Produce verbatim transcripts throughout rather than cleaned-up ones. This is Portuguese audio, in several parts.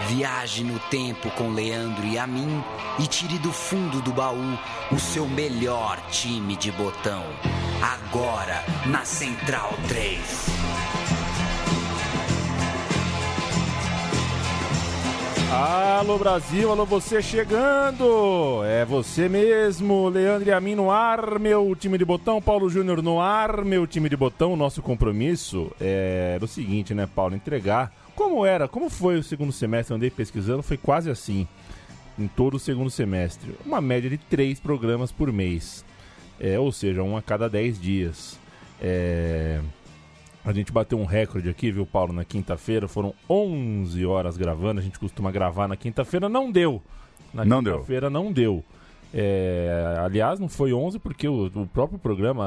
Viaje no tempo com Leandro e a mim e tire do fundo do baú o seu melhor time de botão. Agora na Central três. Alô Brasil, alô você chegando, é você mesmo, Leandro e a mim no ar, meu time de botão, Paulo Júnior no ar, meu time de botão. O nosso compromisso é o seguinte, né, Paulo, entregar, como era, como foi o segundo semestre, eu andei pesquisando, foi quase assim, em todo o segundo semestre, uma média de três programas por mês, é, ou seja, um a cada dez dias, é... A gente bateu um recorde aqui, viu, Paulo, na quinta-feira. Foram onze horas gravando. A gente costuma gravar na quinta-feira. Não deu. Na não quinta-feira não deu. É, aliás, não foi onze porque o, o próprio programa...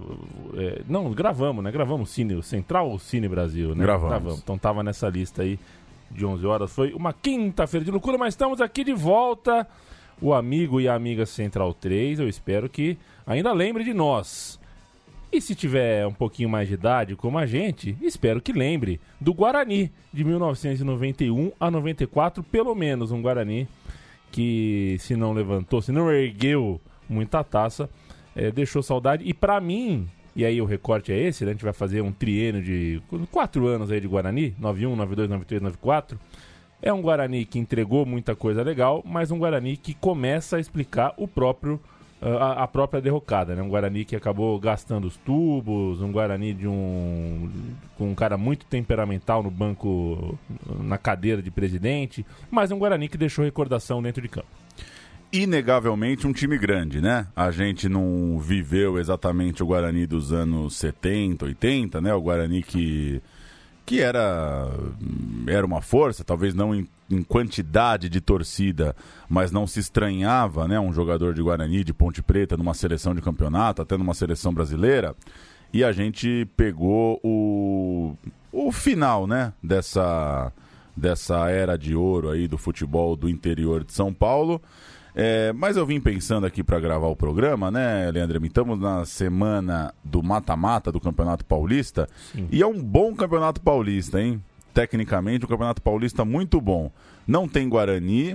É, não, gravamos, né? Gravamos Cine, o Central Cine Brasil, né? Gravamos. Gravamos. Então tava nessa lista aí de onze horas. Foi uma quinta-feira de loucura, mas estamos aqui de volta. O amigo e a amiga Central três, eu espero que ainda lembre de nós. E se tiver um pouquinho mais de idade, como a gente, espero que lembre do Guarani, de mil novecentos e noventa e um a noventa e quatro, pelo menos um Guarani que, se não levantou, se não ergueu muita taça, é, deixou saudade. E pra mim, e aí o recorte é esse, né? A gente vai fazer um triênio de quatro anos aí de Guarani, noventa e um, noventa e dois, noventa e três, noventa e quatro. É um Guarani que entregou muita coisa legal, mas um Guarani que começa a explicar o próprio A, a própria derrocada, né? Um Guarani que acabou gastando os tubos, um Guarani de um com um cara muito temperamental no banco, na cadeira de presidente, mas um Guarani que deixou recordação dentro de campo. Inegavelmente um time grande, né? A gente não viveu exatamente o Guarani dos anos setenta, oitenta, né? O Guarani que, que era, era uma força, talvez não em em quantidade de torcida, mas não se estranhava, né, um jogador de Guarani, de Ponte Preta, numa seleção de campeonato, até numa seleção brasileira, e a gente pegou o, o final, né, dessa, dessa era de ouro aí do futebol do interior de São Paulo. É, mas eu vim pensando aqui para gravar o programa, né, Leandro? Estamos na semana do mata-mata do Campeonato Paulista. Sim. E é um bom Campeonato Paulista, hein? Tecnicamente, um Campeonato Paulista muito bom. Não tem Guarani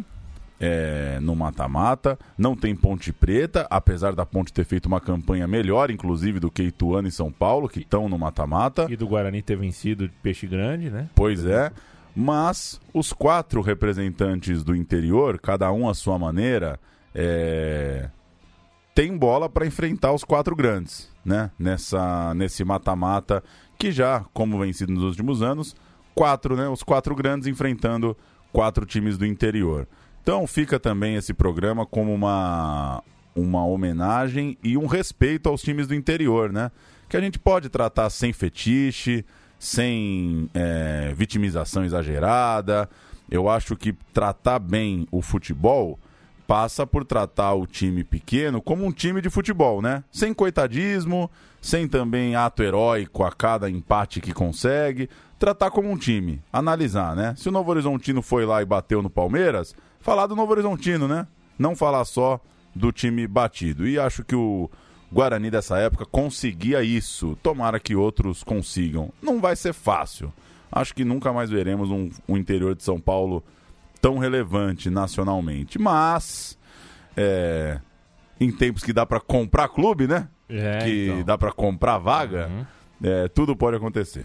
é, no mata-mata, não tem Ponte Preta, apesar da Ponte ter feito uma campanha melhor, inclusive, do que Ituano e São Paulo, que estão no mata-mata. E do Guarani ter vencido Peixe Grande, né? Pois é, mas os quatro representantes do interior, cada um à sua maneira, é... tem bola para enfrentar os quatro grandes, né? Nessa, nesse mata-mata que já, como vem sido nos últimos anos, quatro, né? Os quatro grandes enfrentando quatro times do interior. Então fica também esse programa como uma, uma homenagem e um respeito aos times do interior, né? Que a gente pode tratar sem fetiche, sem é, vitimização exagerada. Eu acho que tratar bem o futebol passa por tratar o time pequeno como um time de futebol, né? Sem coitadismo, sem também ato heróico a cada empate que consegue. Tratar como um time, analisar, né? Se o Novo Horizontino foi lá e bateu no Palmeiras, falar do Novo Horizontino, né? Não falar só do time batido. E acho que o Guarani dessa época conseguia isso. Tomara que outros consigam. Não vai ser fácil. Acho que nunca mais veremos um, um interior de São Paulo tão relevante nacionalmente. Mas, é, em tempos que dá para comprar clube, né? É, que então. dá para comprar vaga, uhum. é, tudo pode acontecer.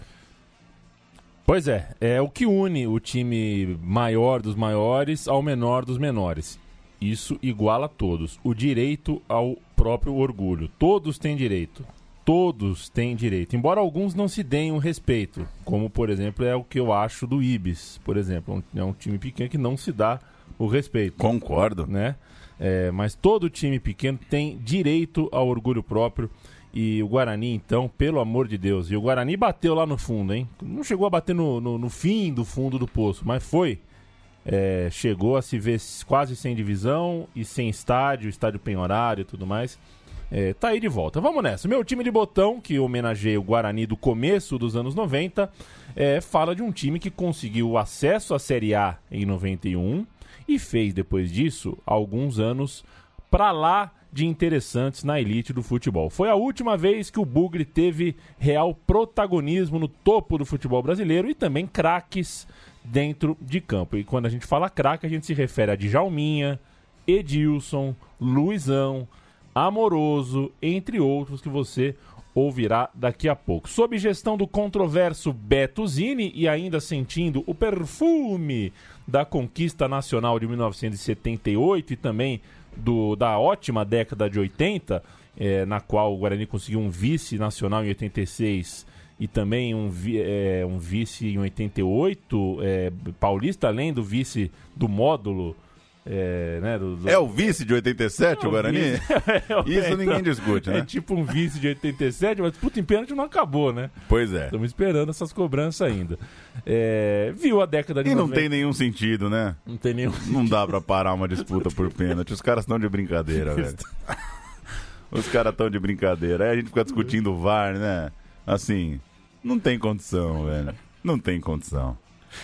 Pois é, é o que une o time maior dos maiores ao menor dos menores. Isso iguala a todos. O direito ao próprio orgulho. Todos têm direito. Todos têm direito. Embora alguns não se deem um respeito. Como, por exemplo, é o que eu acho do Ibis, por exemplo. É um time pequeno que não se dá o respeito. Concordo. Né? É, mas todo time pequeno tem direito ao orgulho próprio. E o Guarani, então, pelo amor de Deus. E o Guarani bateu lá no fundo, hein? Não chegou a bater no, no, no fim do fundo do poço, mas foi. É, chegou a se ver quase sem divisão e sem estádio, estádio penhorário e tudo mais. É, tá aí de volta. Vamos nessa. Meu time de botão, que homenageia o Guarani do começo dos anos noventa, é, fala de um time que conseguiu acesso à Série A em noventa e um e fez, depois disso, alguns anos pra lá de interessantes na elite do futebol. Foi a última vez que o Bugre teve real protagonismo no topo do futebol brasileiro e também craques dentro de campo. E quando a gente fala craque, a gente se refere a Djalminha, Edilson, Luizão, Amoroso, entre outros que você ouvirá daqui a pouco. Sob gestão do controverso Beto Zini e ainda sentindo o perfume da conquista nacional de mil novecentos e setenta e oito e também do, da ótima década de oitenta, é, na qual o Guarani conseguiu um vice nacional em oitenta e seis e também um, vi, é, um vice em oitenta e oito, é, paulista, além do vice do módulo. É, né, do, do... é o vice de oitenta e sete, é o Guarani? É, Isso ninguém discute, né? É tipo um vice de oitenta e sete, mas puta, em pênalti não acabou, né? Pois é. Estamos esperando essas cobranças ainda. É, viu a década de E não noventa... tem nenhum sentido, né? Não tem nenhum Não dá pra parar uma disputa por pênalti. Os caras estão de brincadeira, velho. Os caras estão de brincadeira. Aí a gente fica discutindo o V A R, né? Assim, não tem condição, velho. Não tem condição.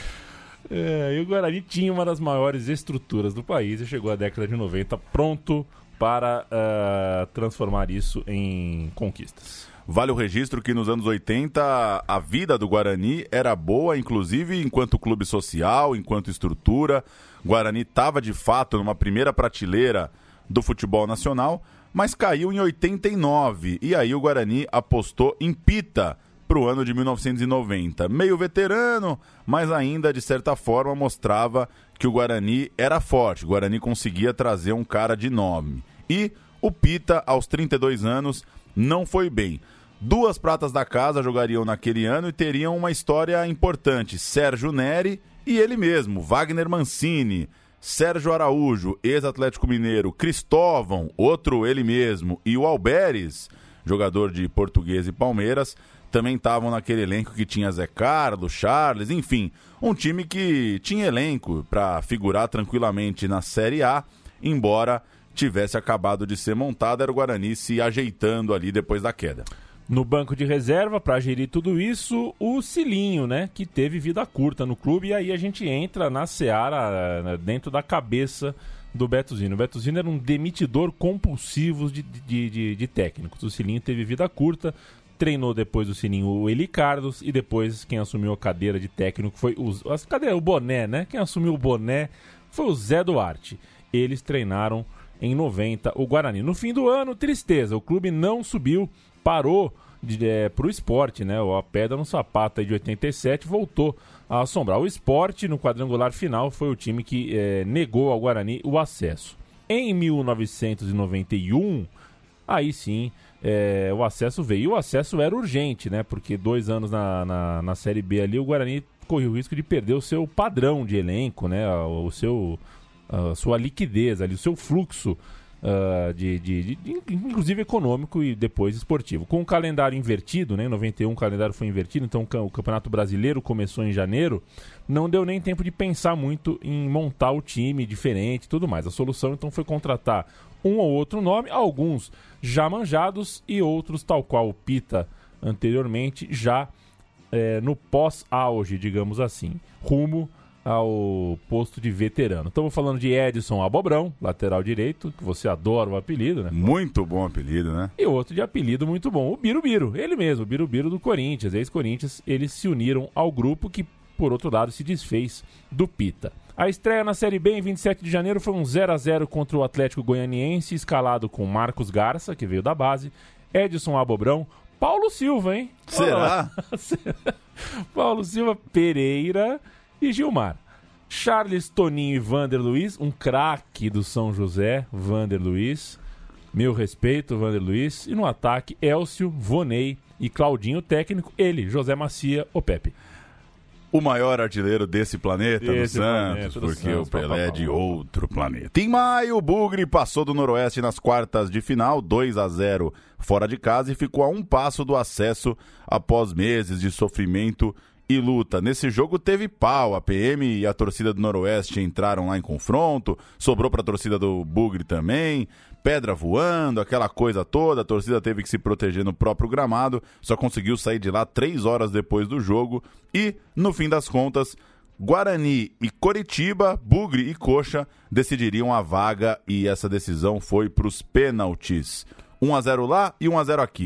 É, e o Guarani tinha uma das maiores estruturas do país e chegou à década de noventa pronto para uh, transformar isso em conquistas. Vale o registro que nos anos oitenta a vida do Guarani era boa, inclusive enquanto clube social, enquanto estrutura. O Guarani estava de fato numa primeira prateleira do futebol nacional, mas caiu em oitenta e nove e aí o Guarani apostou em Pita para o ano de mil novecentos e noventa. Meio veterano, mas ainda, de certa forma, mostrava que o Guarani era forte. O Guarani conseguia trazer um cara de nome. E o Pita, aos trinta e dois anos, não foi bem. Duas pratas da casa jogariam naquele ano e teriam uma história importante. Sérgio Neri e ele mesmo, Wagner Mancini. Sérgio Araújo, ex-Atlético Mineiro. Cristóvão, outro ele mesmo. E o Alberes, jogador de Portuguesa e Palmeiras, também estavam naquele elenco que tinha Zé Carlos, Charles, enfim, um time que tinha elenco para figurar tranquilamente na Série A, embora tivesse acabado de ser montado, era o Guarani se ajeitando ali depois da queda. No banco de reserva, para gerir tudo isso, o Cilinho, né, que teve vida curta no clube, e aí a gente entra na seara, dentro da cabeça do Beto Zini. O Beto Zini era um demitidor compulsivo de, de, de, de técnicos. O Cilinho teve vida curta, treinou depois do Sininho o Eli Carlos e depois quem assumiu a cadeira de técnico foi o, a cadeira, o boné, né? Quem assumiu o boné foi o Zé Duarte. Eles treinaram em noventa o Guarani. No fim do ano, tristeza, o clube não subiu, parou é, para o esporte, né? A pedra no sapato aí de oitenta e sete voltou a assombrar. O esporte, no quadrangular final, foi o time que é, negou ao Guarani o acesso. Em mil novecentos e noventa e um, aí sim, É, o acesso veio. E o acesso era urgente, né? Porque dois anos na, na, na Série B ali, o Guarani correu o risco de perder o seu padrão de elenco, né? O seu, a sua liquidez ali, o seu fluxo, uh, de, de, de, de, inclusive econômico e depois esportivo. Com o calendário invertido, né? Em noventa e um o calendário foi invertido, então o Campeonato Brasileiro começou em janeiro. Não deu nem tempo de pensar muito em montar o time diferente e tudo mais. A solução, então, foi contratar um ou outro nome, alguns já manjados e outros, tal qual o Pita anteriormente, já é, no pós-auge, digamos assim, rumo ao posto de veterano. Estamos falando de Edson Abobrão, lateral direito, que você adora o apelido, né? Muito bom apelido, né? E outro de apelido muito bom, o Birubiru, ele mesmo, o Birubiru do Corinthians, ex-Corinthians. Eles se uniram ao grupo que, por outro lado, se desfez do Pita. A estreia na Série B em vinte e sete de janeiro foi um zero a zero contra o Atlético Goianiense, escalado com Marcos Garça, que veio da base, Edson Abobrão, Paulo Silva, hein? Será? Paulo Silva, Pereira e Gilmar. Charles, Toninho e Vander Luiz, um craque do São José, Vander Luiz. Meu respeito, Vander Luiz. E no ataque, Elcio, Vonei e Claudinho, técnico, ele, José Macia, o Pepe. O maior artilheiro desse planeta, Desse do planeta, Santos, do porque Santos, o Pelé pá, pá, é pá, de pá. outro planeta. Em maio, o Bugre passou do Noroeste nas quartas de final, dois a zero fora de casa, e ficou a um passo do acesso após meses de sofrimento e luta. Nesse jogo teve pau, a P M e a torcida do Noroeste entraram lá em confronto, sobrou para a torcida do Bugre também, pedra voando, aquela coisa toda, a torcida teve que se proteger no próprio gramado, só conseguiu sair de lá três horas depois do jogo e, no fim das contas, Guarani e Coritiba, Bugre e Coxa decidiriam a vaga e essa decisão foi para os pênaltis. um a zero lá e um a zero aqui, né?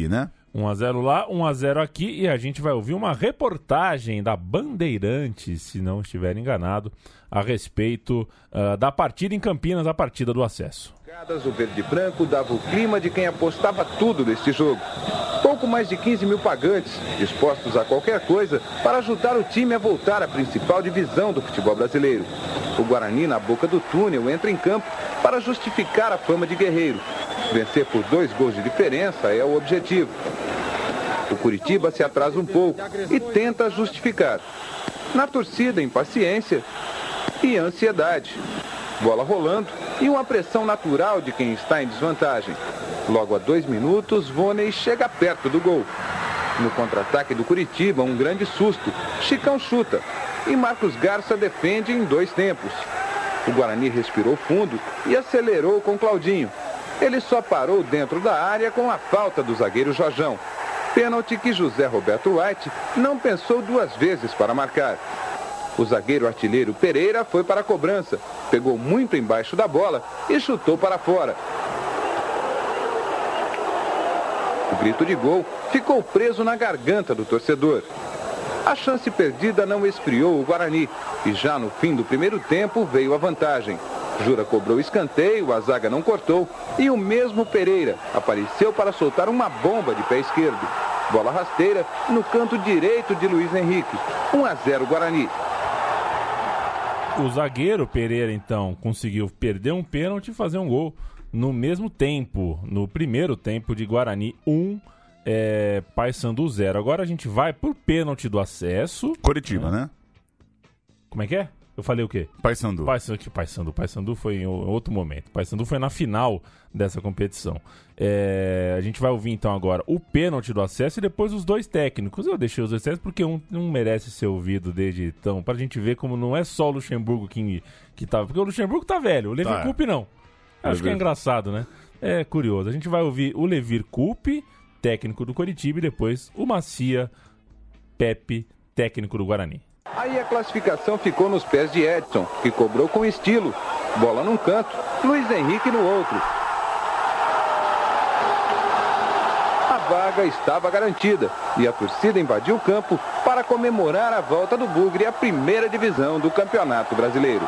um a zero lá, um a zero aqui, e a gente vai ouvir uma reportagem da Bandeirantes, se não estiver enganado, a respeito uh, da partida em Campinas, a partida do acesso. O verde e branco dava o clima de quem apostava tudo neste jogo. Pouco mais de quinze mil pagantes, dispostos a qualquer coisa para ajudar o time a voltar à principal divisão do futebol brasileiro. O Guarani, na boca do túnel, entra em campo para justificar a fama de guerreiro. Vencer por dois gols de diferença é o objetivo. O Curitiba se atrasa um pouco e tenta justificar. Na torcida, impaciência e ansiedade. Bola rolando e uma pressão natural de quem está em desvantagem. Logo a dois minutos, Voney chega perto do gol. No contra-ataque do Curitiba, um grande susto. Chicão chuta e Marcos Garça defende em dois tempos. O Guarani respirou fundo e acelerou com Claudinho. Ele só parou dentro da área com a falta do zagueiro Jorjão. Pênalti que José Roberto White não pensou duas vezes para marcar. O zagueiro artilheiro Pereira foi para a cobrança, pegou muito embaixo da bola e chutou para fora. O grito de gol ficou preso na garganta do torcedor. A chance perdida não esfriou o Guarani e já no fim do primeiro tempo veio a vantagem. Jura cobrou escanteio, a zaga não cortou e o mesmo Pereira apareceu para soltar uma bomba de pé esquerdo. Bola rasteira no canto direito de Luiz Henrique. um a zero Guarani. O zagueiro Pereira, então, conseguiu perder um pênalti e fazer um gol no mesmo tempo, no primeiro tempo de Guarani um, é, Paysandu zero. Agora a gente vai por pênalti do acesso. Curitiba, é. né? Como é que é? Eu falei o quê? Paysandu. Paysandu, Paysandu, Paysandu foi em outro momento. Paysandu foi na final dessa competição. É, a gente vai ouvir então agora o pênalti do acesso e depois os dois técnicos. Eu deixei os dois técnicos porque um não merece ser ouvido desde então, pra gente ver como não é só o Luxemburgo que, que tá... Porque o Luxemburgo tá velho, o Levir tá. Coupe não. Acho que é engraçado, né? É curioso. A gente vai ouvir o Levir Coupe, técnico do Coritiba, e depois o Macia Pepe, técnico do Guarani. Aí a classificação ficou nos pés de Edson, que cobrou com estilo. Bola num canto, Luiz Henrique no outro. A vaga estava garantida e a torcida invadiu o campo para comemorar a volta do Bugre à primeira divisão do Campeonato Brasileiro.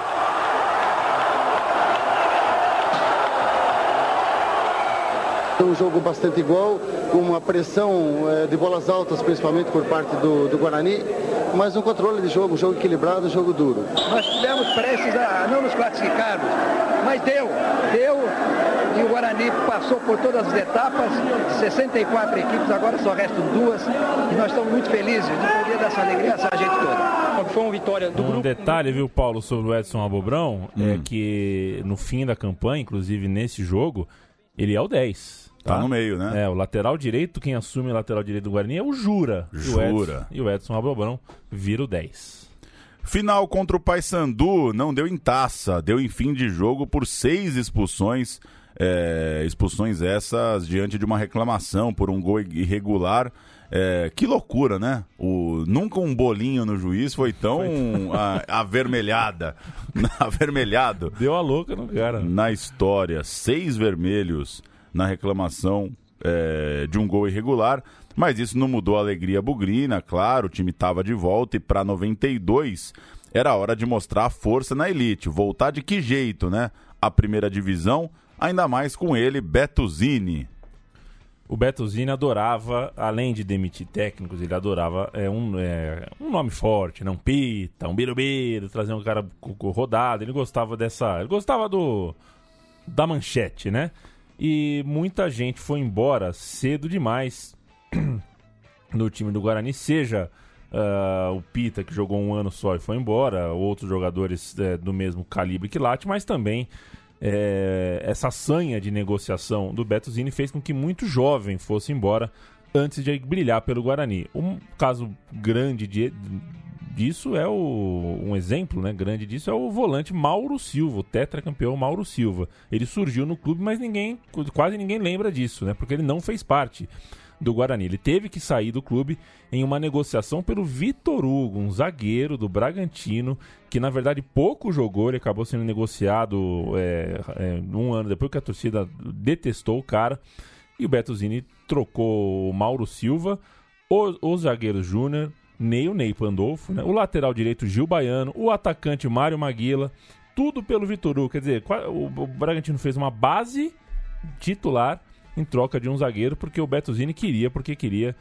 Um jogo bastante igual, com uma pressão é, de bolas altas, principalmente por parte do, do Guarani, mas um controle de jogo, um jogo equilibrado, um jogo duro. Nós estivemos prestes a não nos classificarmos, mas deu, deu, e o Guarani passou por todas as etapas, sessenta e quatro equipes, agora só restam duas, e nós estamos muito felizes de poder dar essa alegria a essa gente toda. Foi uma vitória do um grupo. Um detalhe, viu, Paulo, sobre o Edson Abobrão, hum. é que no fim da campanha, inclusive nesse jogo, ele é o dez. Tá no meio, né? É, o lateral direito, quem assume o lateral direito do Guarani é o Jura. Jura. E o Edson, e o Edson Abobrão vira o dez. Final contra o Paysandu não deu em taça, deu em fim de jogo por seis expulsões. É, expulsões essas diante de uma reclamação por um gol irregular. É, que loucura, né? O, nunca um bolinho no juiz foi tão a, avermelhada. Avermelhado. Deu a louca no cara. Na história, seis vermelhos na reclamação é, de um gol irregular, mas isso não mudou a alegria bugrina, claro, o time estava de volta e para noventa e dois era hora de mostrar a força na elite, voltar de que jeito, né? A primeira divisão, ainda mais com ele, Beto Zini. O Beto Zini adorava, além de demitir técnicos, ele adorava é, um, é, um nome forte, né? Um pita, um birubiru, trazer um cara rodado, ele gostava dessa, ele gostava do da manchete, né? E muita gente foi embora cedo demais no time do Guarani, seja uh, o Pita, que jogou um ano só e foi embora, outros jogadores é, do mesmo calibre que Late, mas também é, essa sanha de negociação do Beto Zini fez com que muito jovem fosse embora antes de brilhar pelo Guarani. Um caso grande de... disso é o, um exemplo, né, grande disso é o volante Mauro Silva, o tetracampeão Mauro Silva. Ele surgiu no clube, mas ninguém, quase ninguém lembra disso, né, porque ele não fez parte do Guarani. Ele teve que sair do clube em uma negociação pelo Vitor Hugo, um zagueiro do Bragantino, que na verdade pouco jogou, ele acabou sendo negociado é, é, um ano depois que a torcida detestou o cara. E o Bertuzini trocou o Mauro Silva, o, o zagueiro Júnior, Ney, o Ney Pandolfo, né? O lateral direito Gil Baiano, o atacante Mário Maguila, tudo pelo Vitor Hugo. Quer dizer, o, o Bragantino fez uma base titular em troca de um zagueiro, porque o Bertuzini queria, porque queria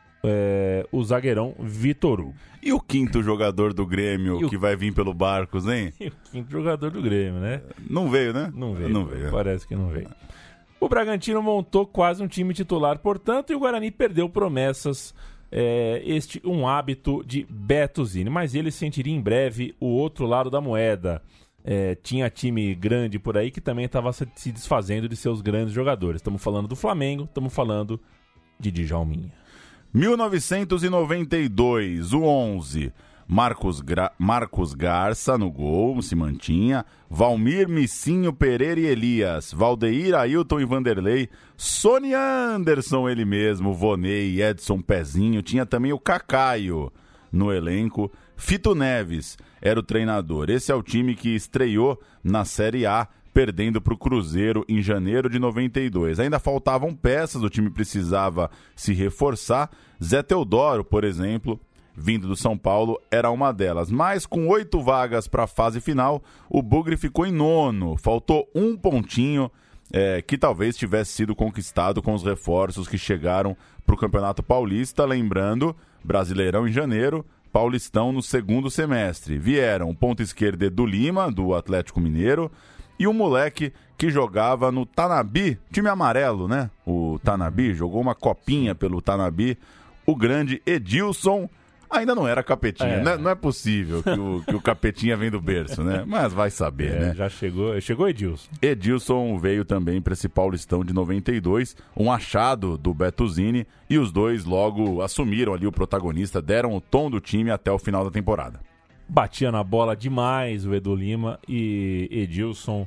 é, o zagueirão Vitor Hugo. E o quinto jogador do Grêmio E que o... vai vir pelo Barcos, hein? E o quinto jogador do Grêmio, né? Não veio, né? Não veio. Não veio. Parece que não veio. O Bragantino montou quase um time titular, portanto, e o Guarani perdeu promessas, é, este um hábito de Bertuzini. Mas ele sentiria em breve o outro lado da moeda. É, tinha time grande por aí que também estava se desfazendo de seus grandes jogadores. Estamos falando do Flamengo, estamos falando de Djalminha. mil novecentos e noventa e dois, o onze. Marcos, Gra... Marcos Garça no gol, se mantinha. Valmir, Missinho, Pereira e Elias. Valdeir, Ailton e Vanderlei. Sony Anderson, ele mesmo. Vonei, Edson Pezinho. Tinha também o Cacaio no elenco. Fito Neves era o treinador. Esse é o time que estreou na Série A, perdendo para o Cruzeiro em janeiro de noventa e dois. Ainda faltavam peças, o time precisava se reforçar. Zé Teodoro, por exemplo, vindo do São Paulo, era uma delas. Mas com oito vagas para a fase final, o Bugre ficou em nono. Faltou um pontinho é, que talvez tivesse sido conquistado com os reforços que chegaram para o Campeonato Paulista. Lembrando, Brasileirão em janeiro, Paulistão no segundo semestre. Vieram o ponta esquerda Edu Lima, do Atlético Mineiro, e um moleque que jogava no Tanabi, time amarelo, né? O Tanabi, jogou uma copinha pelo Tanabi, o grande Edilson. Ainda não era Capetinha, é. Né? Não é possível que o, que o Capetinha vem do berço, né? Mas vai saber, é, né? Já chegou, chegou Edilson. Edilson veio também para esse Paulistão de noventa e dois, um achado do Bertuzini, e os dois logo assumiram ali o protagonista, deram o tom do time até o final da temporada. Batia na bola demais o Edu Lima, e Edilson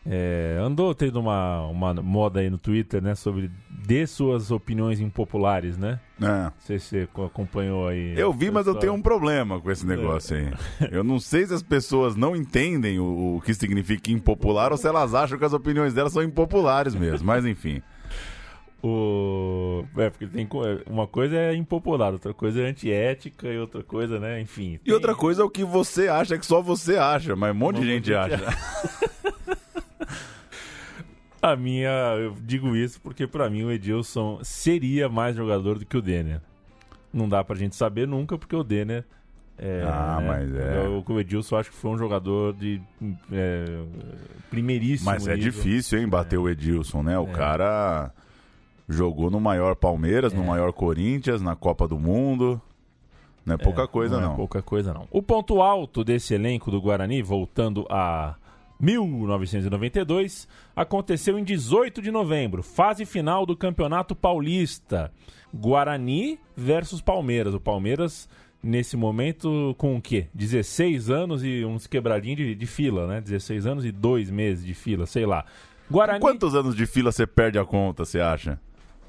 é, andou tendo uma, uma moda aí no Twitter, né, sobre dê suas opiniões impopulares, né? É. Não sei se você acompanhou aí. Eu vi, mas eu tenho um problema com esse negócio é. aí. Eu não sei se as pessoas não entendem o, o que significa impopular ou se elas acham que as opiniões delas são impopulares mesmo, mas enfim. O... É, porque tem uma coisa é impopular, outra coisa é antiética e outra coisa, né, enfim. Tem... E outra coisa é o que você acha que só você acha, mas um monte de gente acha. A minha, eu digo isso porque pra mim o Edilson seria mais jogador do que o Denner. Não dá pra gente saber nunca, porque o Denner é, ah, né, mas é. O, o Edilson acho que foi um jogador de é, primeiríssimo Mas é nível. difícil, hein, bater é. o Edilson, né? O é. cara jogou no maior Palmeiras, é. no maior Corinthians, na Copa do Mundo. Não é pouca é, coisa, não. não. É pouca coisa, não. O ponto alto desse elenco do Guarani, voltando a mil novecentos e noventa e dois, aconteceu em dezoito de novembro, fase final do Campeonato Paulista. Guarani versus Palmeiras. O Palmeiras, nesse momento, com o quê? dezesseis anos e uns quebradinhos de, de fila, né? dezesseis anos e dois meses de fila, sei lá. Guarani... Quantos anos de fila você perde a conta, você acha?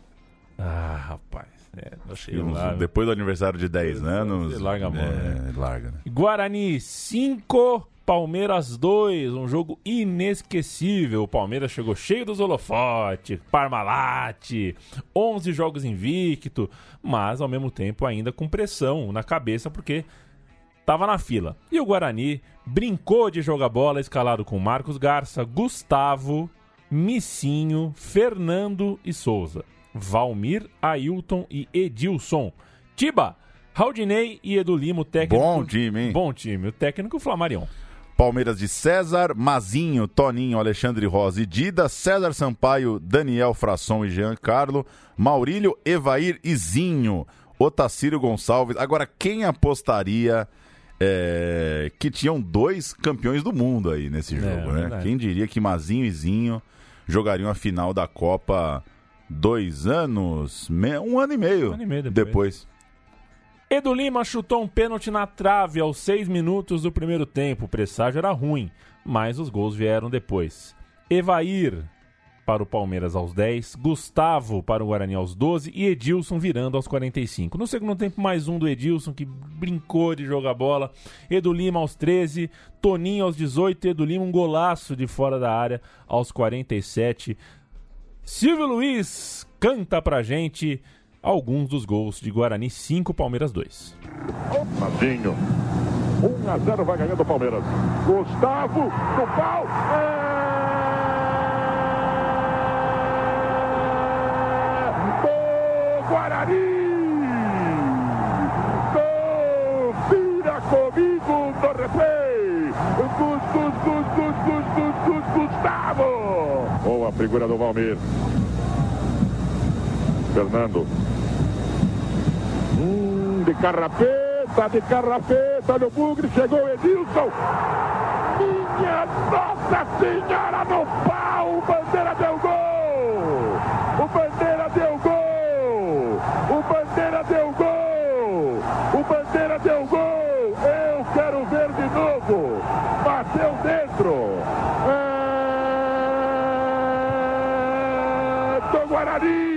Ah, rapaz. É, sei Uns, lá, depois do aniversário de dez anos... Você larga a mão, é, né? Larga, né? Guarani cinco... Palmeiras dois, um jogo inesquecível. O Palmeiras chegou cheio dos holofotes, Parmalat, onze jogos invicto, mas ao mesmo tempo ainda com pressão na cabeça porque estava na fila. E o Guarani brincou de jogar bola, escalado com Marcos Garça, Gustavo, Missinho, Fernando e Souza, Valmir, Ailton e Edilson. Tiba, Raudinei e Edu Lima, o técnico... Bom time, hein? Bom time, o técnico Flamarion. Palmeiras de César, Mazinho, Toninho, Alexandre Rosa e Dida, César Sampaio, Daniel Frasson e Jean Carlo, Maurílio, Evair e Zinho, Otacílio Gonçalves. Agora, quem apostaria é, que tinham dois campeões do mundo aí nesse jogo, é, né? Verdade. Quem diria que Mazinho e Zinho jogariam a final da Copa dois anos, me... um ano e meio, um ano e meio depois. depois. Edu Lima chutou um pênalti na trave aos seis minutos do primeiro tempo. O presságio era ruim, mas os gols vieram depois. Evair para o Palmeiras aos dez, Gustavo para o Guarani aos doze e Edilson virando aos quarenta e cinco. No segundo tempo, mais um do Edilson, que brincou de jogar bola. Edu Lima aos treze, Toninho aos dezoito, Edu Lima um golaço de fora da área aos quarenta e sete. Silvio Luiz canta pra gente alguns dos gols de Guarani cinco, Palmeiras dois. Martinho, um a zero vai ganhando o Palmeiras. Gustavo, no pau, é... do Guarani! Confira comigo no replay! Gus, Gus, Gus, Gus, Gus, Gus, Gus, Gustavo! Boa figura do Valmir. Fernando. Hum, de carrapeta, de carrapeta no bugre, chegou o Edilson. Minha Nossa Senhora no pau, o Bandeira deu gol. O Bandeira deu gol. O Bandeira deu gol. O Bandeira deu gol. Eu quero ver de novo. Bateu dentro. É... do Guarani.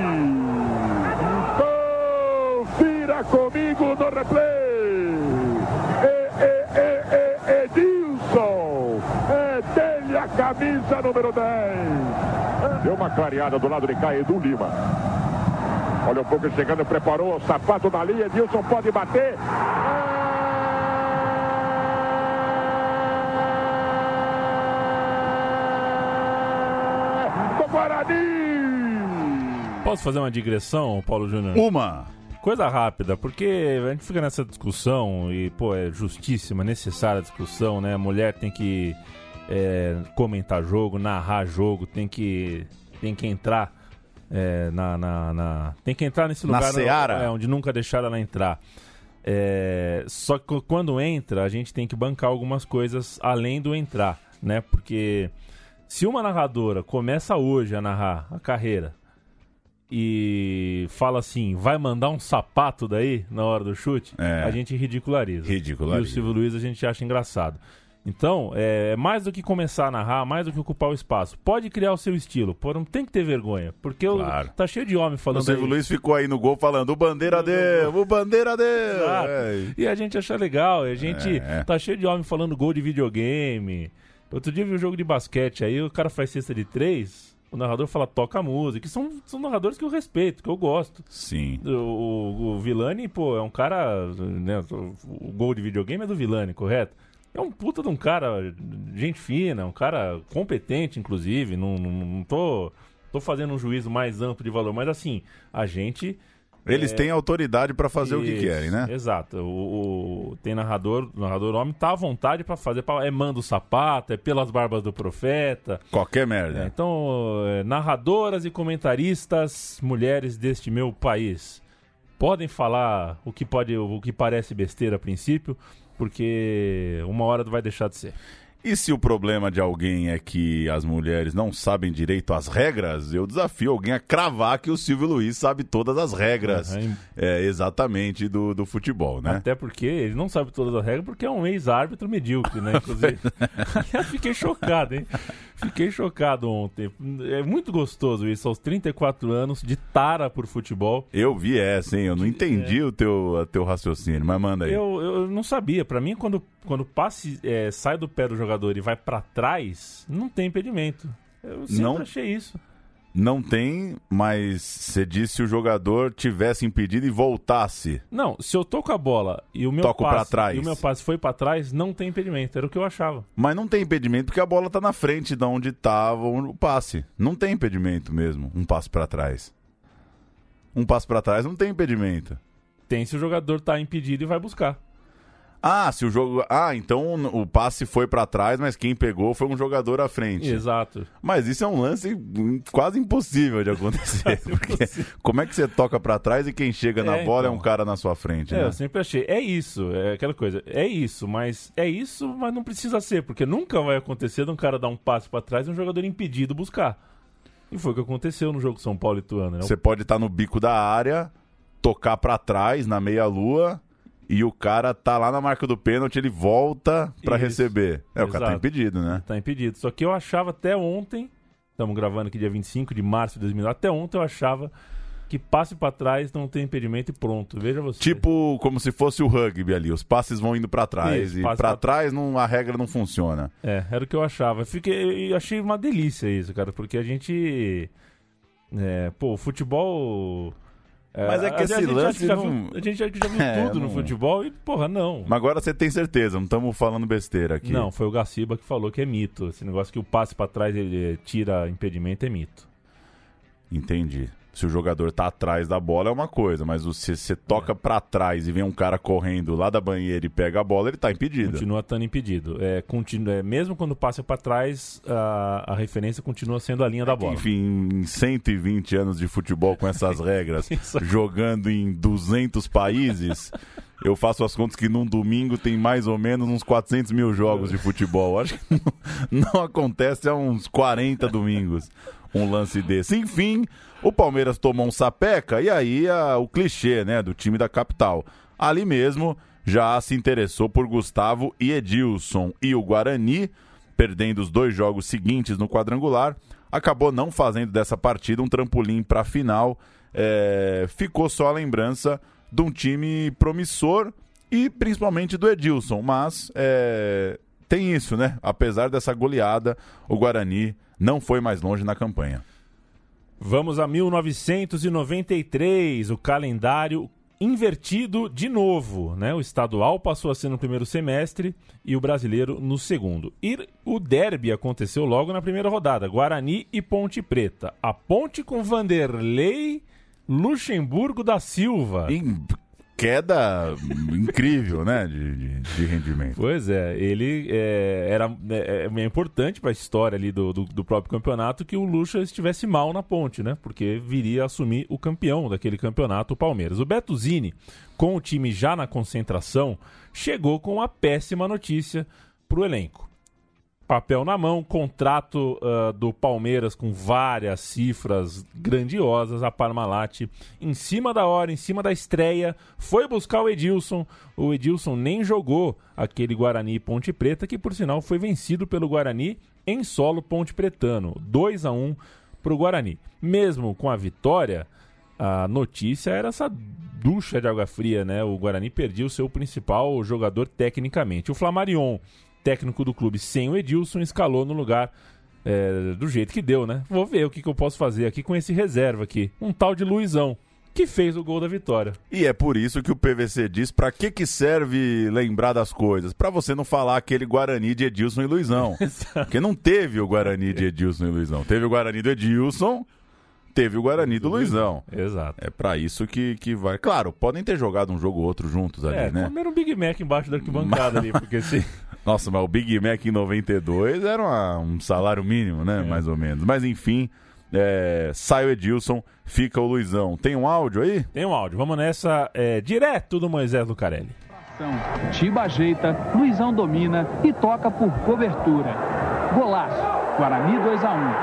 Comigo no replay. E, e, e, e, Edilson. É dele a camisa número dez. Deu uma clareada do lado de cá, Edu Lima. Olha um pouco chegando, preparou o sapato na linha. Edilson pode bater. É... do Guarani. Posso fazer uma digressão, Paulo Júnior? Uma. Coisa rápida, porque a gente fica nessa discussão e, pô, é justíssima, necessária a discussão, né? A mulher tem que é, comentar jogo, narrar jogo, tem que, tem que entrar é, na, na, na... tem que entrar nesse lugar seara. É, onde nunca deixaram ela entrar. É, só que quando entra, a gente tem que bancar algumas coisas além do entrar, né? Porque se uma narradora começa hoje a narrar a carreira e fala assim, vai mandar um sapato daí na hora do chute, é. a gente ridiculariza. Ridiculariza. E o Silvio Luiz a gente acha engraçado. Então, é mais do que começar a narrar, mais do que ocupar o espaço. Pode criar o seu estilo, porém não tem que ter vergonha, porque claro. o, tá cheio de homem falando. O Silvio aí. Luiz ficou aí no gol falando, o Bandeira deu, o Bandeira deu. É. E a gente acha legal, a gente é. tá cheio de homem falando gol de videogame. Outro dia eu vi um jogo de basquete, aí o cara faz cesta de três... O narrador fala, toca a música, que são, são narradores que eu respeito, que eu gosto. Sim. O, o, o Villani, pô, é um cara... Né, o gol de videogame é do Villani, correto? É um puta de um cara, gente fina, um cara competente, inclusive. Não, não, não tô, tô fazendo um juízo mais amplo de valor, mas assim, a gente... Eles é... têm autoridade para fazer Isso, o que querem, né? Exato. O, o, tem narrador, narrador homem tá à vontade para fazer. Pra, é manda o sapato, é pelas barbas do profeta. Qualquer merda. É, então, é, narradoras e comentaristas, mulheres deste meu país, podem falar o que, pode, o que parece besteira a princípio, porque uma hora vai deixar de ser. E se o problema de alguém é que as mulheres não sabem direito as regras, eu desafio alguém a cravar que o Silvio Luiz sabe todas as regras uhum. é, exatamente do, do futebol, né? Até porque ele não sabe todas as regras porque é um ex-árbitro medíocre, né? Inclusive. Eu fiquei chocado, hein? Fiquei chocado ontem. É muito gostoso isso, aos trinta e quatro anos, de tara por futebol. Eu vi essa, hein? Eu não entendi é. o teu, o teu raciocínio, mas manda aí. Eu, eu não sabia. Pra mim, quando, quando o passe é, sai do pé do jogador e vai pra trás, não tem impedimento. Eu sempre não, achei isso. Não tem, mas você disse se o jogador tivesse impedido e voltasse. Não, se eu tô com a bola e o meu Toco passe, pra trás. e o meu passe foi pra trás, não tem impedimento. Era o que eu achava. Mas não tem impedimento porque a bola tá na frente de onde tava o passe. Não tem impedimento mesmo, um passe pra trás. Um passe pra trás não tem impedimento. Tem se o jogador tá impedido e vai buscar. Ah, se o jogo... Ah, então o passe foi pra trás, mas quem pegou foi um jogador à frente. Exato. Mas isso é um lance quase impossível de acontecer. Porque como é que você toca pra trás e quem chega é, na bola então. é um cara na sua frente, é, né? Eu sempre achei. É isso, é aquela coisa. É isso, mas é isso, mas não precisa ser, porque nunca vai acontecer de um cara dar um passe pra trás e um jogador impedido buscar. E foi o que aconteceu no jogo São Paulo e Ituano, né? Você pode estar no bico da área, tocar pra trás, na meia-lua... E o cara tá lá na marca do pênalti, ele volta pra Isso. receber. É, Exato. O cara tá impedido, né? Tá impedido. Só que eu achava até ontem, estamos gravando aqui dia vinte e cinco de março de dois mil, até ontem eu achava que passe pra trás não tem impedimento e pronto. Veja você. Tipo, como se fosse o rugby ali, os passes vão indo pra trás. Isso, e pra, pra trás não, a regra não funciona. É, era o que eu achava. Fiquei, eu achei uma delícia isso, cara, porque a gente... É, pô, o futebol... Mas é que a, esse a gente lance já não... viu, a gente já, já viu É, tudo não... no futebol e, porra, não. Mas agora você tem certeza, não estamos falando besteira aqui. Não, foi o Gaciba que falou que é mito. Esse negócio que o passe pra trás ele tira impedimento é mito. Entendi. Se o jogador tá atrás da bola é uma coisa, mas se você toca é. pra trás e vem um cara correndo lá da banheira e pega a bola, ele tá impedido. Continua estando impedido. É, continua, é, mesmo quando passa pra trás, a, a referência continua sendo a linha da bola. Enfim, em cento e vinte anos de futebol com essas regras, jogando em duzentos países, eu faço as contas que num domingo tem mais ou menos uns quatrocentos mil jogos de futebol. Acho que não, não acontece há uns quarenta domingos um lance desse. Enfim, o Palmeiras tomou um sapeca e aí a, o clichê, né, do time da capital. Ali mesmo já se interessou por Gustavo e Edilson. E o Guarani, perdendo os dois jogos seguintes no quadrangular, acabou não fazendo dessa partida um trampolim para a final. É, ficou só a lembrança de um time promissor e principalmente do Edilson. Mas é, tem isso, né? Apesar dessa goleada, o Guarani não foi mais longe na campanha. Vamos a mil novecentos e noventa e três, o calendário invertido de novo, né? O estadual passou a ser no primeiro semestre e o brasileiro no segundo. E o derby aconteceu logo na primeira rodada, Guarani e Ponte Preta. A Ponte com Vanderlei Luxemburgo da Silva. Em queda incrível, né, de, de, de rendimento. Pois é, ele é, era é, é importante para a história ali do, do, do próprio campeonato que o Luxa estivesse mal na Ponte, né, porque viria a assumir o campeão daquele campeonato, o Palmeiras. O Beto Zini, com o time já na concentração, chegou com uma péssima notícia para o elenco. Papel na mão, contrato uh, do Palmeiras com várias cifras grandiosas, a Parmalat, em cima da hora, em cima da estreia, foi buscar o Edilson. O Edilson nem jogou aquele Guarani e Ponte Preta, que por sinal foi vencido pelo Guarani em solo ponte pretano, dois a um para o Guarani. Mesmo com a vitória, a notícia era essa ducha de água fria, né? O Guarani perdeu o seu principal jogador tecnicamente. O Flamarion, técnico do clube sem o Edilson, escalou no lugar é, do jeito que deu, né? Vou ver o que, que eu posso fazer aqui com esse reserva aqui. Um tal de Luizão, que fez o gol da vitória. E é por isso que o P V C diz pra que que serve lembrar das coisas? Pra você não falar aquele Guarani de Edilson e Luizão. Porque não teve o Guarani de Edilson e Luizão. Teve o Guarani do Edilson, teve o Guarani do Luizão. Exato. É pra isso que, que vai. Claro, podem ter jogado um jogo ou outro juntos ali, é, né? Comeram um Big Mac embaixo da arquibancada ali, porque se... Nossa, mas o Big Mac em noventa e dois era uma, um salário mínimo, né? É. Mais ou menos. Mas enfim, é, sai o Edilson, fica o Luizão. Tem um áudio aí? Tem um áudio. Vamos nessa, é, direto do Moisés Lucarelli. Tiba ajeita, Luizão domina e toca por cobertura. Golaço. Guarani dois a um.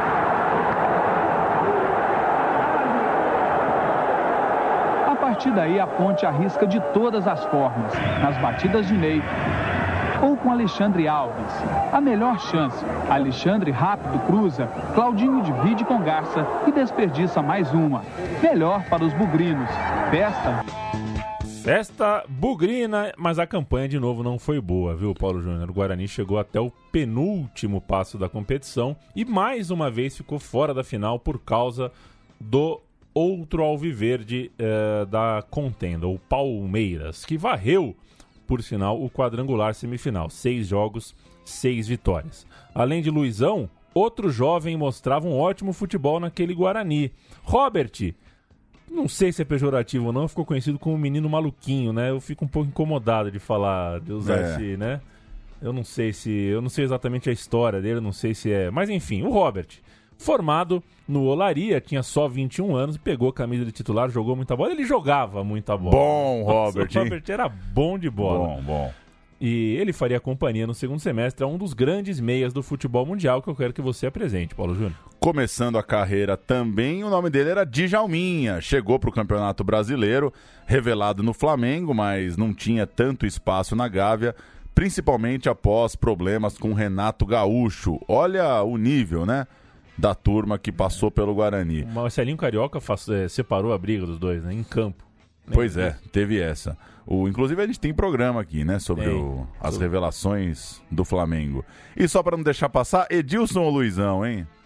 A partir daí a Ponte arrisca de todas as formas, nas batidas de Ney ou com Alexandre Alves. A melhor chance, Alexandre rápido cruza, Claudinho divide com Garça e desperdiça mais uma. Melhor para os bugrinos. Festa. Festa bugrina, mas a campanha de novo não foi boa, viu, Paulo Júnior? O Guarani chegou até o penúltimo passo da competição e mais uma vez ficou fora da final por causa do outro alviverde eh, da contenda, o Palmeiras, que varreu, por sinal, o quadrangular semifinal. Seis jogos, seis vitórias. Além de Luizão, outro jovem mostrava um ótimo futebol naquele Guarani. Robert, não sei se é pejorativo ou não, ficou conhecido como menino maluquinho, né? Eu fico um pouco incomodado de falar, de usar é. esse, né? Eu não sei se... Eu não sei exatamente a história dele, eu não sei se é... Mas enfim, o Robert, formado no Olaria, tinha só vinte e um anos, pegou a camisa de titular, jogou muita bola. Ele jogava muita bola. Bom, Robert. O Robert era bom de bola. Bom, bom. E ele faria companhia no segundo semestre a um dos grandes meias do futebol mundial que eu quero que você apresente, Paulo Júnior. Começando a carreira também, o nome dele era Djalminha. Chegou para o Campeonato Brasileiro, revelado no Flamengo, mas não tinha tanto espaço na Gávea, principalmente após problemas com Renato Gaúcho. Olha o nível, né? Da turma que passou pelo Guarani. O Marcelinho Carioca faz, é, separou a briga dos dois, né? Em campo. Pois é, teve essa. O, inclusive a gente tem programa aqui, né? Sobre o, as revelações do Flamengo. E só para não deixar passar, Edilson ou Luizão, hein?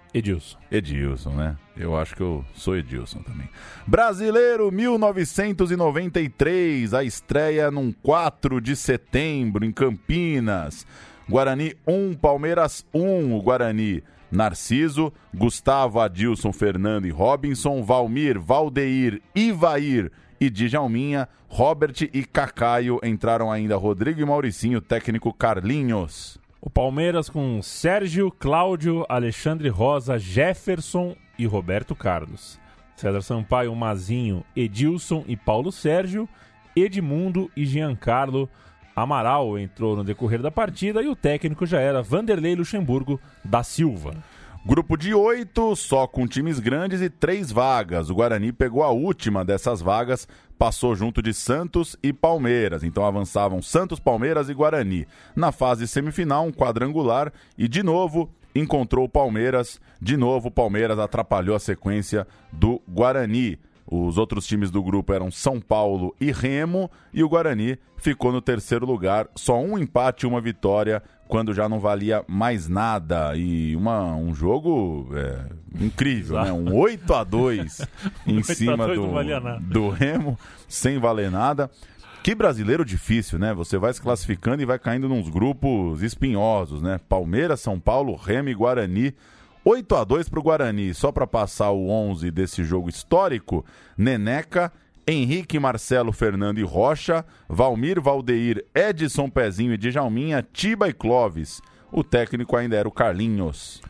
Edilson. Edilson, né? Eu acho que eu sou Edilson também. Brasileiro mil novecentos e noventa e três, a estreia num quatro de setembro em Campinas. Guarani um, Palmeiras um. O Guarani, Narciso, Gustavo, Adilson, Fernando e Robinson, Valmir, Valdeir, Ivair e Djalminha, Robert e Cacaio. Entraram ainda Rodrigo e Mauricinho, técnico Carlinhos. O Palmeiras com Sérgio, Cláudio, Alexandre Rosa, Jefferson e Roberto Carlos. César Sampaio, Mazinho, Edilson e Paulo Sérgio, Edmundo e Giancarlo. Amaral entrou no decorrer da partida e o técnico já era Vanderlei Luxemburgo da Silva. Grupo de oito, só com times grandes e três vagas. O Guarani pegou a última dessas vagas, passou junto de Santos e Palmeiras. Então avançavam Santos, Palmeiras e Guarani. Na fase semifinal, um quadrangular e, de novo, encontrou o Palmeiras. De novo, o Palmeiras atrapalhou a sequência do Guarani. Os outros times do grupo eram São Paulo e Remo, e o Guarani ficou no terceiro lugar. Só um empate e uma vitória, quando já não valia mais nada. E uma, um jogo é, incrível, né? Um oito a dois em cima do, do Remo, sem valer nada. Que brasileiro difícil, né? Você vai se classificando e vai caindo nos grupos espinhosos, né? Palmeiras, São Paulo, Remo e Guarani. oito a dois para o Guarani, só para passar o onze desse jogo histórico. Neneca, Henrique, Marcelo, Fernando e Rocha, Valmir, Valdeir, Edson, Pezinho e Djalminha, Tiba e Clóvis. O técnico ainda era o Carlinhos.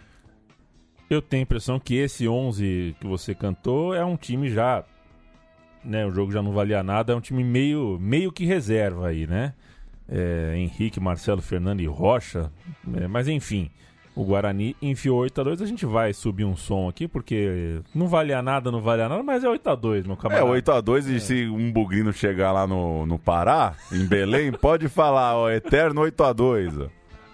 Eu tenho a impressão que esse onze que você cantou é um time já, né, o jogo já não valia nada, é um time meio, meio que reserva aí, né? É, Henrique, Marcelo, Fernando e Rocha, é, mas enfim... O Guarani enfiou oito a dois, a gente vai subir um som aqui, porque não valia nada, não valia nada, mas é oito a dois, meu camarada. É, oito a dois, e é. Se um bugrino chegar lá no, no Pará, em Belém, pode falar, ó, eterno oito a dois. Ó.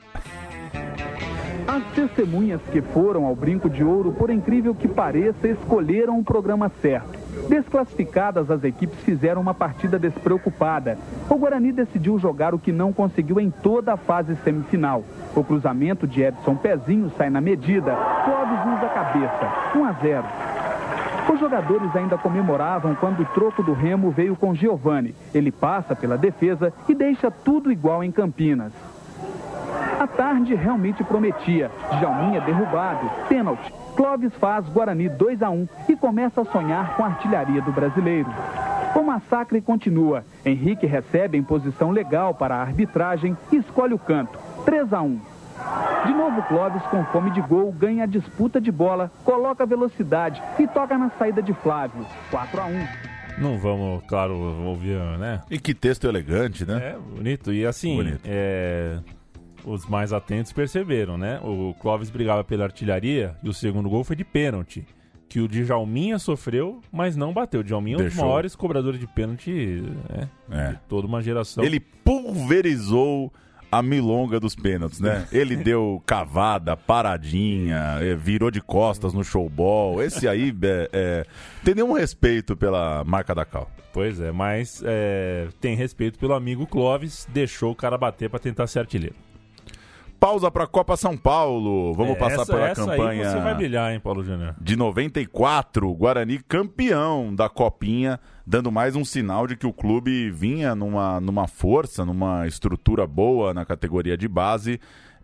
As testemunhas que foram ao Brinco de Ouro, por incrível que pareça, escolheram o programa certo. Desclassificadas, as equipes fizeram uma partida despreocupada. O Guarani decidiu jogar o que não conseguiu em toda a fase semifinal. O cruzamento de Edson Pezinho sai na medida. Clóvis usa a cabeça. um a zero. Os jogadores ainda comemoravam quando o troco do Remo veio com Giovani. Ele passa pela defesa e deixa tudo igual em Campinas. A tarde realmente prometia. Djalminha derrubado, pênalti. Clóvis faz Guarani dois a um e começa a sonhar com a artilharia do brasileiro. O massacre continua. Henrique recebe em posição legal para a arbitragem e escolhe o canto. três a um. De novo, Clóvis, com fome de gol, ganha a disputa de bola, coloca velocidade e toca na saída de Flávio. quatro a um. Não vamos, claro, ouvir, né? E que texto elegante, né? É, bonito. E assim, bonito. É... os mais atentos perceberam, né? O Clóvis brigava pela artilharia e o segundo gol foi de pênalti, que o Djalminha sofreu, mas não bateu. O Djalminha é um dos maiores cobradores de pênalti, né? É. De toda uma geração. Ele pulverizou a milonga dos pênaltis, né? Ele deu cavada, paradinha, virou de costas no showball. Esse aí é, é, tem nenhum respeito pela marca da Cal. Pois é, mas é, tem respeito pelo amigo Clóvis, deixou o cara bater para tentar ser artilheiro. Pausa para a Copa São Paulo. Vamos é, passar essa, pela essa campanha. Aí você vai brilhar, hein, Paulo Júnior? De noventa e quatro, Guarani campeão da Copinha, dando mais um sinal de que o clube vinha numa, numa força, numa estrutura boa na categoria de base,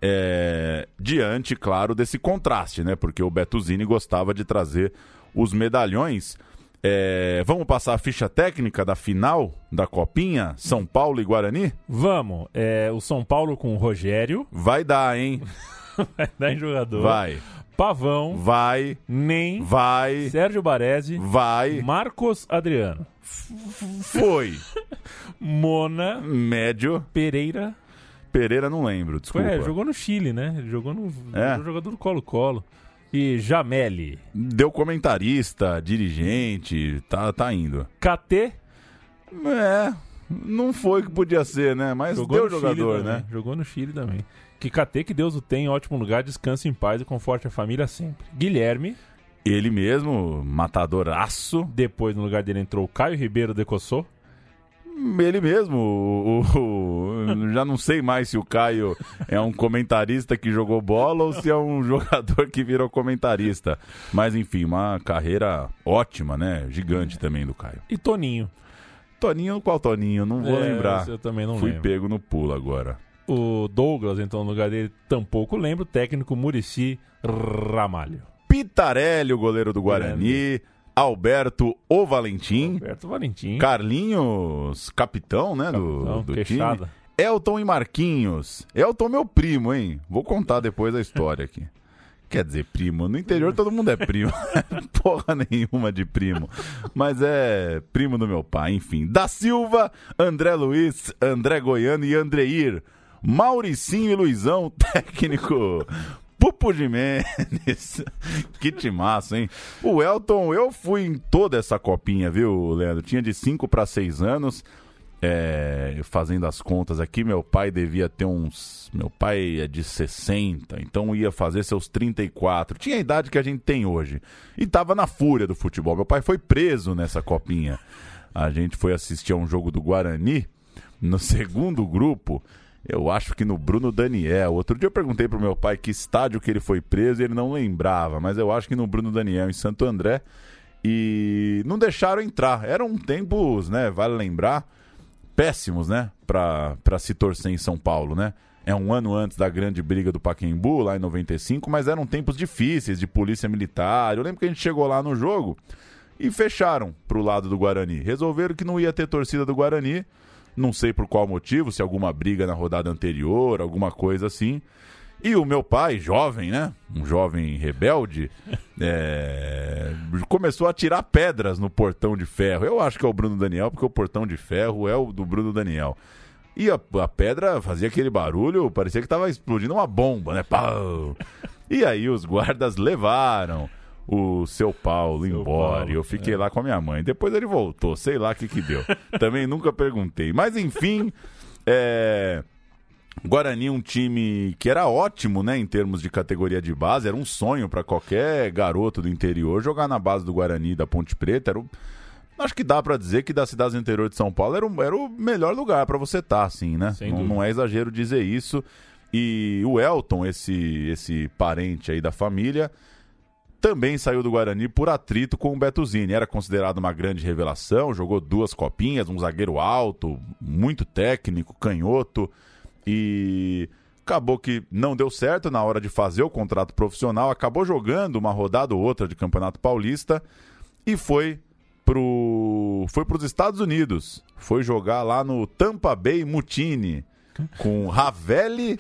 é, diante, claro, desse contraste, né? Porque o Bettuzini gostava de trazer os medalhões. É, vamos passar a ficha técnica da final da Copinha, São Paulo e Guarani? Vamos. É, o São Paulo com o Rogério. Vai dar, hein? Vai dar em jogador. Vai. Pavão. Vai. Nem. Vai. Sérgio Baresi. Vai. Marcos Adriano. F- foi. Mona. Médio. Pereira. Pereira não lembro, desculpa. É, jogou no Chile, né? Ele jogou no, é. no jogador do Colo-Colo. E Jameli. Deu comentarista, dirigente, tá, tá indo. K T? É, não foi o que podia ser, né? Mas jogou deu jogador, né? Jogou no Chile também. Que K T, que Deus o tenha em ótimo lugar, descanse em paz e conforte a família sempre. Guilherme. Ele mesmo, matadoraço. Depois, no lugar dele, entrou o Caio Ribeiro de Cossô. Ele mesmo, o, o, já não sei mais se o Caio é um comentarista que jogou bola ou se é um jogador que virou comentarista. Mas enfim, uma carreira ótima, né? Gigante também do Caio. E Toninho? Toninho, qual Toninho? Não vou é, lembrar. Eu também não Fui lembro. pego no pulo agora. O Douglas, então, no lugar dele, tampouco lembro. O técnico Muricy Ramalho. Pitarelli, o goleiro do Guarani. Grande. Alberto O Valentim. Alberto Valentim. Carlinhos, capitão, né? Capitão, do do time. Elton e Marquinhos. Elton, meu primo, hein? Vou contar depois a história aqui. Quer dizer, primo. No interior todo mundo é primo. Porra nenhuma de primo. Mas é primo do meu pai, enfim. Da Silva, André Luiz, André Goiano e Andreir. Mauricinho e Luizão, técnico. Pupo Jimenez. Que timaço, hein? O Elton, eu fui em toda essa copinha, viu, Leandro? Tinha de cinco para seis anos. É, fazendo as contas aqui, meu pai devia ter uns... Meu pai é de sessenta, então ia fazer seus trinta e quatro. Tinha a idade que a gente tem hoje. E tava na fúria do futebol. Meu pai foi preso nessa copinha. A gente foi assistir a um jogo do Guarani, no segundo grupo, eu acho que no Bruno Daniel. Outro dia eu perguntei pro meu pai que estádio que ele foi preso e ele não lembrava, mas eu acho que no Bruno Daniel, em Santo André. E não deixaram entrar. Eram tempos, né, vale lembrar... péssimos, né, pra, pra se torcer em São Paulo, né? É um ano antes da grande briga do Pacaembu, lá em noventa e cinco, mas eram tempos difíceis de polícia militar. Eu lembro que a gente chegou lá no jogo e fecharam pro lado do Guarani. Resolveram que não ia ter torcida do Guarani, não sei por qual motivo, se alguma briga na rodada anterior, alguma coisa assim. E o meu pai, jovem, né? Um jovem rebelde, é... começou a tirar pedras no portão de ferro. Eu acho que é o Bruno Daniel, porque o portão de ferro é o do Bruno Daniel. E a, a pedra fazia aquele barulho, parecia que estava explodindo uma bomba, né? Pau! E aí os guardas levaram o seu Paulo seu embora. Paulo, e eu fiquei é. lá com a minha mãe. Depois ele voltou, sei lá o que que deu. Também nunca perguntei. Mas enfim, é... Guarani, um time que era ótimo, né, em termos de categoria de base, era um sonho para qualquer garoto do interior jogar na base do Guarani da Ponte Preta. Era o... Acho que dá para dizer que das cidades do interior de São Paulo era o, era o melhor lugar para você estar, assim, né? Não, não é exagero dizer isso. E o Elton, esse, esse parente aí da família, também saiu do Guarani por atrito com o Bettuzini. Era considerado uma grande revelação, jogou duas copinhas, um zagueiro alto, muito técnico, canhoto. E acabou que não deu certo na hora de fazer o contrato profissional, acabou jogando uma rodada ou outra de Campeonato Paulista e foi pro foi para os Estados Unidos, foi jogar lá no Tampa Bay Mutiny com Ravelli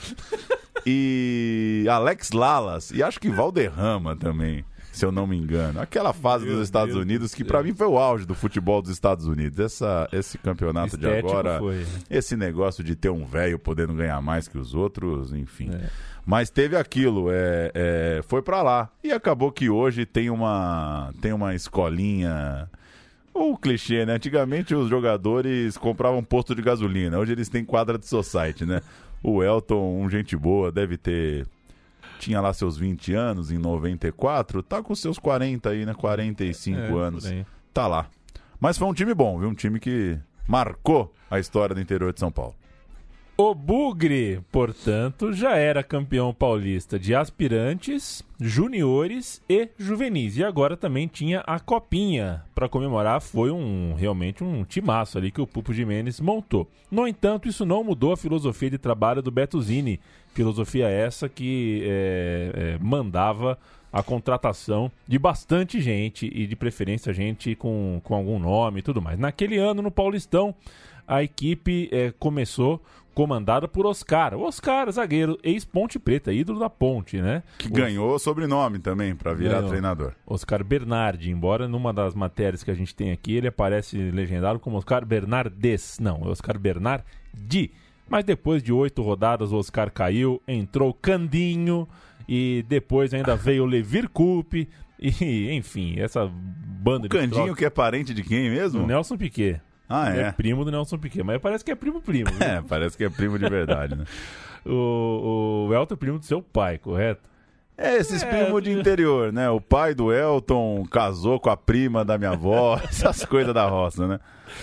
e Alex Lalas e acho que Valderrama também, se eu não me engano. Aquela fase Meu dos Estados Deus Unidos que para mim foi o auge do futebol dos Estados Unidos. Essa, esse campeonato Estético de agora, foi. Esse negócio de ter um velho podendo ganhar mais que os outros, enfim. É. Mas teve aquilo, é, é, foi para lá. E acabou que hoje tem uma, tem uma escolinha... O clichê, né? Antigamente os jogadores compravam posto de gasolina. Hoje eles têm quadra de society, né? O Elton, um gente boa, deve ter... Tinha lá seus vinte anos, em noventa e quatro, tá com seus quarenta aí, né? quarenta e cinco é, anos. Tá lá. Mas foi um time bom, viu? Um time que marcou a história do interior de São Paulo. O Bugre, portanto, já era campeão paulista de aspirantes, juniores e juvenis. E agora também tinha a copinha para comemorar. Foi um realmente um timaço ali que o Pupo Jimenez montou. No entanto, isso não mudou a filosofia de trabalho do Bettuzini. Filosofia essa que é, é, mandava a contratação de bastante gente e de preferência gente com, com algum nome e tudo mais. Naquele ano, no Paulistão, a equipe é, começou comandada por Oscar. O Oscar, zagueiro, ex-Ponte Preta, ídolo da Ponte, né? Que o... ganhou sobrenome também para virar ganhou. treinador. Oscar Bernardi, embora numa das matérias que a gente tem aqui, ele aparece legendado como Oscar Bernardes. Não, é Oscar Bernardi. Mas depois de oito rodadas, o Oscar caiu, entrou Candinho e depois ainda veio o Levir Coupe e, enfim, essa banda o de Candinho troca... que é parente de quem mesmo? Do Nelson Piquet. Ah, é? É primo do Nelson Piquet, mas parece que é primo-primo. É, parece que é primo de verdade, né? o, o Elton é primo do seu pai, correto? É, esses é, primos de interior, né? O pai do Elton casou com a prima da minha avó, essas coisas da roça, né?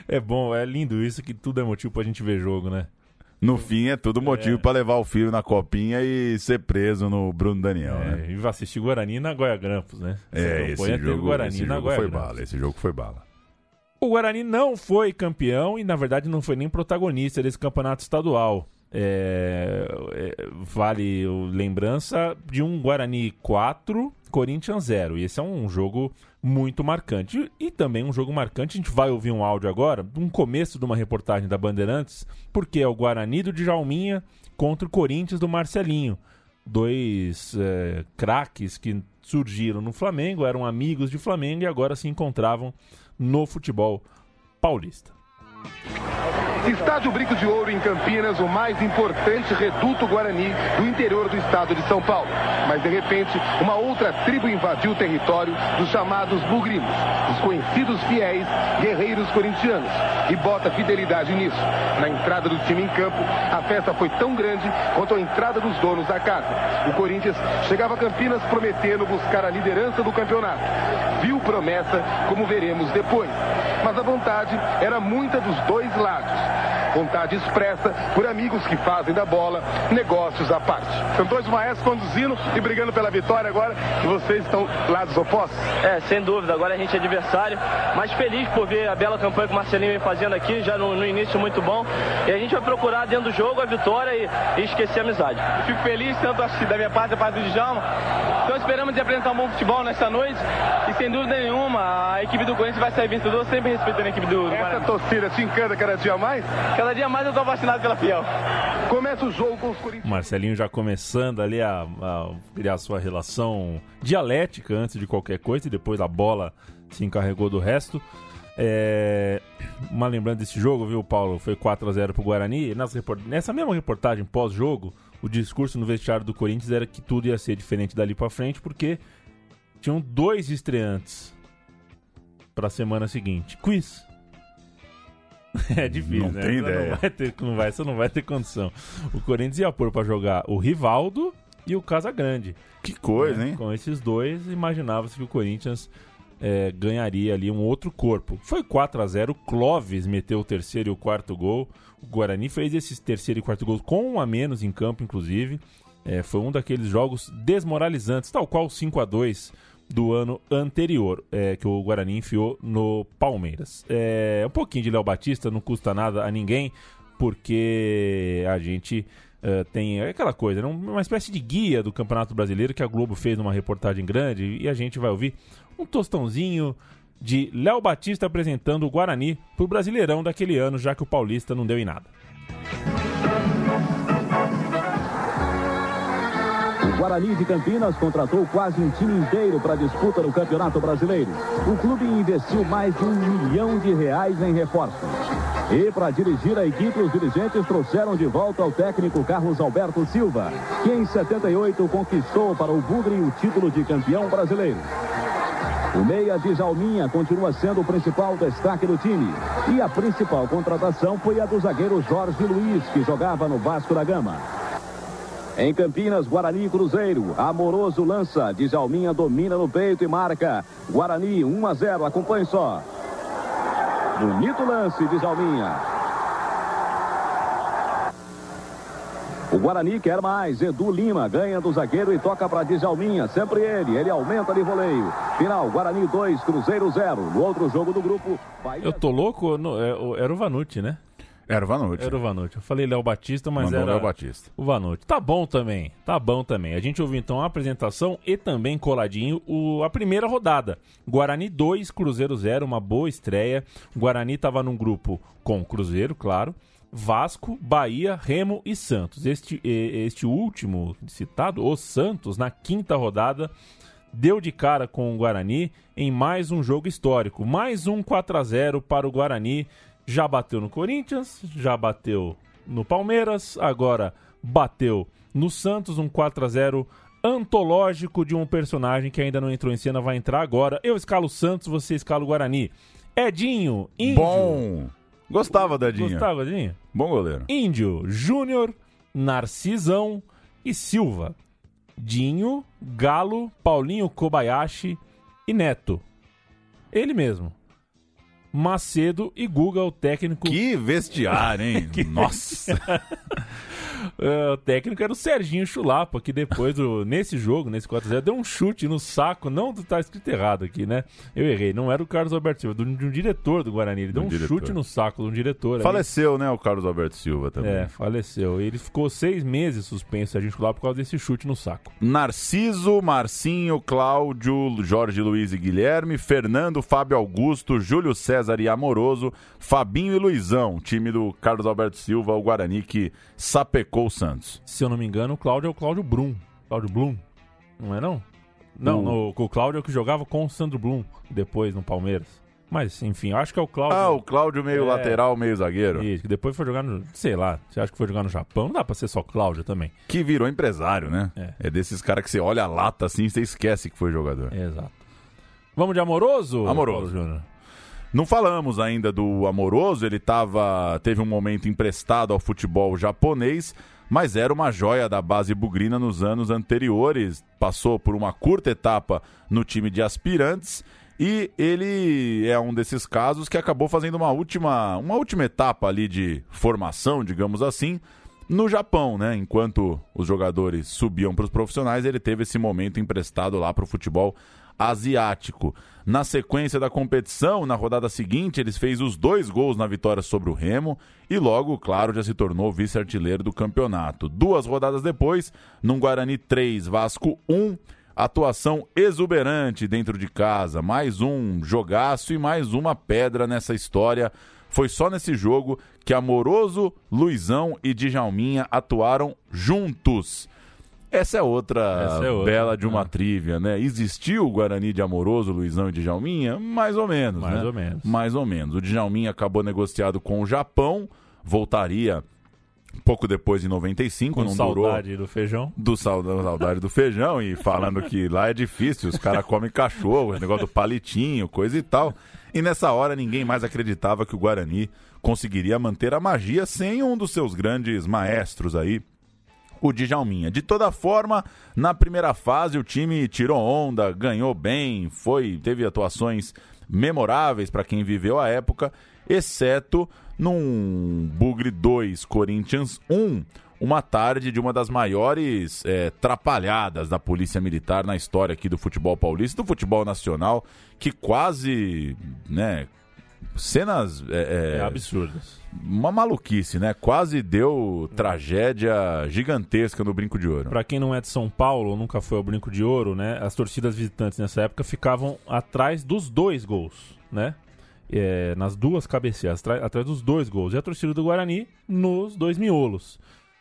É bom, é lindo isso, que tudo é motivo pra gente ver jogo, né? No fim, é tudo motivo é. pra levar o filho na copinha e ser preso no Bruno Daniel, é, né? E vai assistir Guarani na Goiás Grampos, né? É, esse jogo, Guarani esse, jogo foi bala, esse jogo foi bala. O Guarani não foi campeão e, na verdade, não foi nem protagonista desse campeonato estadual. É, é, vale lembrança de um Guarani quatro, Corinthians zero. E esse é um jogo muito marcante. E também um jogo marcante, a gente vai ouvir um áudio agora, um começo de uma reportagem da Bandeirantes, porque é o Guarani do Djalminha contra o Corinthians do Marcelinho. Dois é, craques que surgiram no Flamengo, eram amigos de Flamengo e agora se encontravam no futebol paulista. Estádio Brinco de Ouro em Campinas, o mais importante reduto guarani do interior do estado de São Paulo. Mas de repente, uma outra tribo invadiu o território dos chamados bugrinos, os conhecidos fiéis guerreiros corintianos, e bota fidelidade nisso. Na entrada do time em campo, a festa foi tão grande quanto a entrada dos donos da casa. O Corinthians chegava a Campinas prometendo buscar a liderança do campeonato. Viu promessa, como veremos depois. Mas a vontade era muita dos dois lados. Vontade expressa por amigos que fazem da bola negócios à parte. São dois maestros conduzindo e brigando pela vitória agora, que vocês estão lados opostos. É, sem dúvida, agora a gente é adversário, mas feliz por ver a bela campanha que o Marcelinho vem fazendo aqui, já no, no início muito bom, e a gente vai procurar dentro do jogo a vitória e, e esquecer a amizade. Eu fico feliz, tanto acho que da minha parte, da parte do Djalma, então esperamos de apresentar um bom futebol nessa noite, e sem dúvida nenhuma, a equipe do Corinthians vai sair vencedor, sempre respeitando a equipe do, do Essa Guarani. torcida te encanta cada dia mais? Cada dia mais eu tô vacinado pela Fiel. Começa o jogo com os Corinthians. Marcelinho já começando ali a, a criar sua relação dialética antes de qualquer coisa, e depois a bola se encarregou do resto. É... Uma lembrança desse jogo, viu, Paulo? Foi quatro a zero pro Guarani. Nessa, report... Nessa mesma reportagem pós-jogo, o discurso no vestiário do Corinthians era que tudo ia ser diferente dali pra frente, porque tinham dois estreantes pra semana seguinte. Quiz. É difícil, não né? Tem você ideia. Não vai ter, não vai, você não vai ter condição. O Corinthians ia pôr pra jogar o Rivaldo e o Casagrande. Que coisa, né? hein? Com esses dois, imaginava-se que o Corinthians é, ganharia ali um outro corpo. Foi quatro a zero, o Clóvis meteu o terceiro e o quarto gol. O Guarani fez esses terceiro e quarto gols com um a menos em campo, inclusive. É, foi um daqueles jogos desmoralizantes, tal qual o cinco a dois do ano anterior, é, que o Guarani enfiou no Palmeiras. É, um pouquinho de Léo Batista não custa nada a ninguém, porque a gente uh, tem aquela coisa, né? Uma espécie de guia do Campeonato Brasileiro que a Globo fez numa reportagem grande, e a gente vai ouvir um tostãozinho de Léo Batista apresentando o Guarani pro Brasileirão daquele ano, já que o Paulista não deu em nada. O Guarani de Campinas contratou quase um time inteiro para a disputa do Campeonato Brasileiro. O clube investiu mais de um milhão de reais em reforços. E para dirigir a equipe, os dirigentes trouxeram de volta o técnico Carlos Alberto Silva, que em setenta e oito conquistou para o Bugre o título de campeão brasileiro. O meia Djalminha continua sendo o principal destaque do time. E a principal contratação foi a do zagueiro Jorge Luiz, que jogava no Vasco da Gama. Em Campinas, Guarani e Cruzeiro. Amoroso lança. Djalminha domina no peito e marca. Guarani um a zero. Acompanhe só. Bonito lance, Djalminha. O Guarani quer mais. Edu Lima ganha do zagueiro e toca para Djalminha. Sempre ele. Ele aumenta de voleio. Final, Guarani dois, Cruzeiro zero. No outro jogo do grupo... Bahia... Eu tô louco? No, é, era o Vanucci, né? Era o Vanucci. Era o Vanucci. Eu falei Léo Batista, mas Mandou era Léo Batista. O Vanucci. Tá bom também. Tá bom também. A gente ouviu então a apresentação e também coladinho o, a primeira rodada. Guarani dois, Cruzeiro zero. Uma boa estreia. O Guarani tava num grupo com Cruzeiro, claro. Vasco, Bahia, Remo e Santos. Este, este último citado, o Santos, na quinta rodada, deu de cara com o Guarani em mais um jogo histórico. Mais um quatro a zero para o Guarani. Já bateu no Corinthians, já bateu no Palmeiras, agora bateu no Santos, um quatro a zero antológico de um personagem que ainda não entrou em cena, vai entrar agora. Eu escalo o Santos, você escala o Guarani. Edinho, Índio. Bom! Gostava da Edinho. Gostava, Edinho? Bom goleiro. Índio, Júnior, Narcisão e Silva. Dinho, Galo, Paulinho Kobayashi e Neto. Ele mesmo. Macedo e Guga, o técnico... Que vestiário, hein? que... Nossa! Uh, o técnico era o Serginho Chulapa, que depois, do, nesse jogo, nesse quatro a zero, deu um chute no saco. Não tá escrito errado aqui, né? Eu errei. Não era o Carlos Alberto Silva, de um diretor do Guarani. Ele deu um diretor. chute no saco de um diretor. Faleceu, ali. né, o Carlos Alberto Silva também. É, faleceu. Ele ficou seis meses suspenso, Serginho Chulapa, por causa desse chute no saco. Narciso, Marcinho, Cláudio, Jorge Luiz e Guilherme, Fernando, Fábio Augusto, Júlio César e Amoroso, Fabinho e Luizão, time do Carlos Alberto Silva, o Guarani que sapecou o Santos. Se eu não me engano, o Cláudio é o Cláudio Blum. Cláudio Blum, não é não? Não, o, no, o Cláudio é o que jogava com o Sandro Blum, depois no Palmeiras. Mas, enfim, acho que é o Cláudio... Ah, o Cláudio meio é, lateral, meio zagueiro. Isso, que depois foi jogar no... Sei lá, você acha que foi jogar no Japão? Não dá pra ser só Cláudio também. Que virou empresário, né? É, é desses caras que você olha a lata assim e você esquece que foi jogador. É, exato. Vamos de Amoroso? Amoroso. Júnior. Não falamos ainda do Amoroso, ele tava, teve um momento emprestado ao futebol japonês, mas era uma joia da base bugrina nos anos anteriores. Passou por uma curta etapa no time de aspirantes e ele é um desses casos que acabou fazendo uma última, uma última etapa ali de formação, digamos assim, no Japão, né? Enquanto os jogadores subiam para os profissionais, ele teve esse momento emprestado lá para o futebol asiático. Na sequência da competição, na rodada seguinte, ele fez os dois gols na vitória sobre o Remo e logo, claro, já se tornou vice-artilheiro do campeonato. Duas rodadas depois, num Guarani três, Vasco um, atuação exuberante dentro de casa, mais um jogaço e mais uma pedra nessa história. Foi só nesse jogo que Amoroso, Luizão e Djalminha atuaram juntos. Essa é outra, Essa é outra bela de uma ah. trívia, né? Existiu o Guarani de Amoroso, Luizão e Djalminha? Mais ou menos, Mais né? ou menos. Mais ou menos. O Djalminha acabou negociado com o Japão, voltaria pouco depois, em noventa e cinco, com não saudade durou... do feijão. Do saudade, saudade do feijão, e falando que lá é difícil, os caras comem cachorro, o negócio do palitinho, coisa e tal. E nessa hora ninguém mais acreditava que o Guarani conseguiria manter a magia sem um dos seus grandes maestros aí, o Djalminha. De toda forma, na primeira fase o time tirou onda, ganhou bem, foi, teve atuações memoráveis para quem viveu a época, exceto num Bugre dois, Corinthians um, uma tarde de uma das maiores é, trapalhadas da Polícia Militar na história aqui do futebol paulista, do futebol nacional, que quase, né, cenas... É, é, absurdas. Uma maluquice, né? Quase deu tragédia gigantesca no Brinco de Ouro. Pra quem não é de São Paulo, nunca foi ao Brinco de Ouro, né? As torcidas visitantes nessa época ficavam atrás dos dois gols, né? É, nas duas cabeceiras, atrás dos dois gols. E a torcida do Guarani nos dois miolos.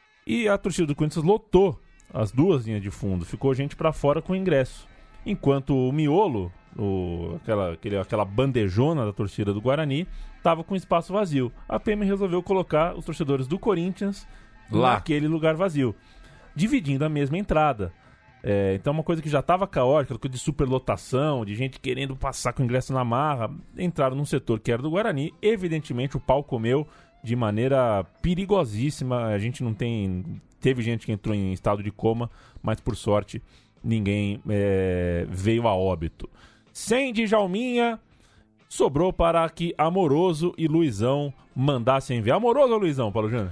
E a torcida do Corinthians lotou as duas linhas de fundo. Ficou gente pra fora com ingresso. Enquanto o miolo, o, aquela, aquele, aquela bandejona da torcida do Guarani, estava com espaço vazio. A P M resolveu colocar os torcedores do Corinthians lá naquele lugar vazio, dividindo a mesma entrada. É, então uma coisa que já estava caótica, coisa de superlotação, de gente querendo passar com o ingresso na marra, entraram num setor que era do Guarani. Evidentemente o pau comeu de maneira perigosíssima. A gente não tem... Teve gente que entrou em estado de coma, mas por sorte ninguém é, veio a óbito. Sem Djalminha, sobrou para que Amoroso e Luizão mandassem ver. Amoroso ou Luizão, Paulo Júnior?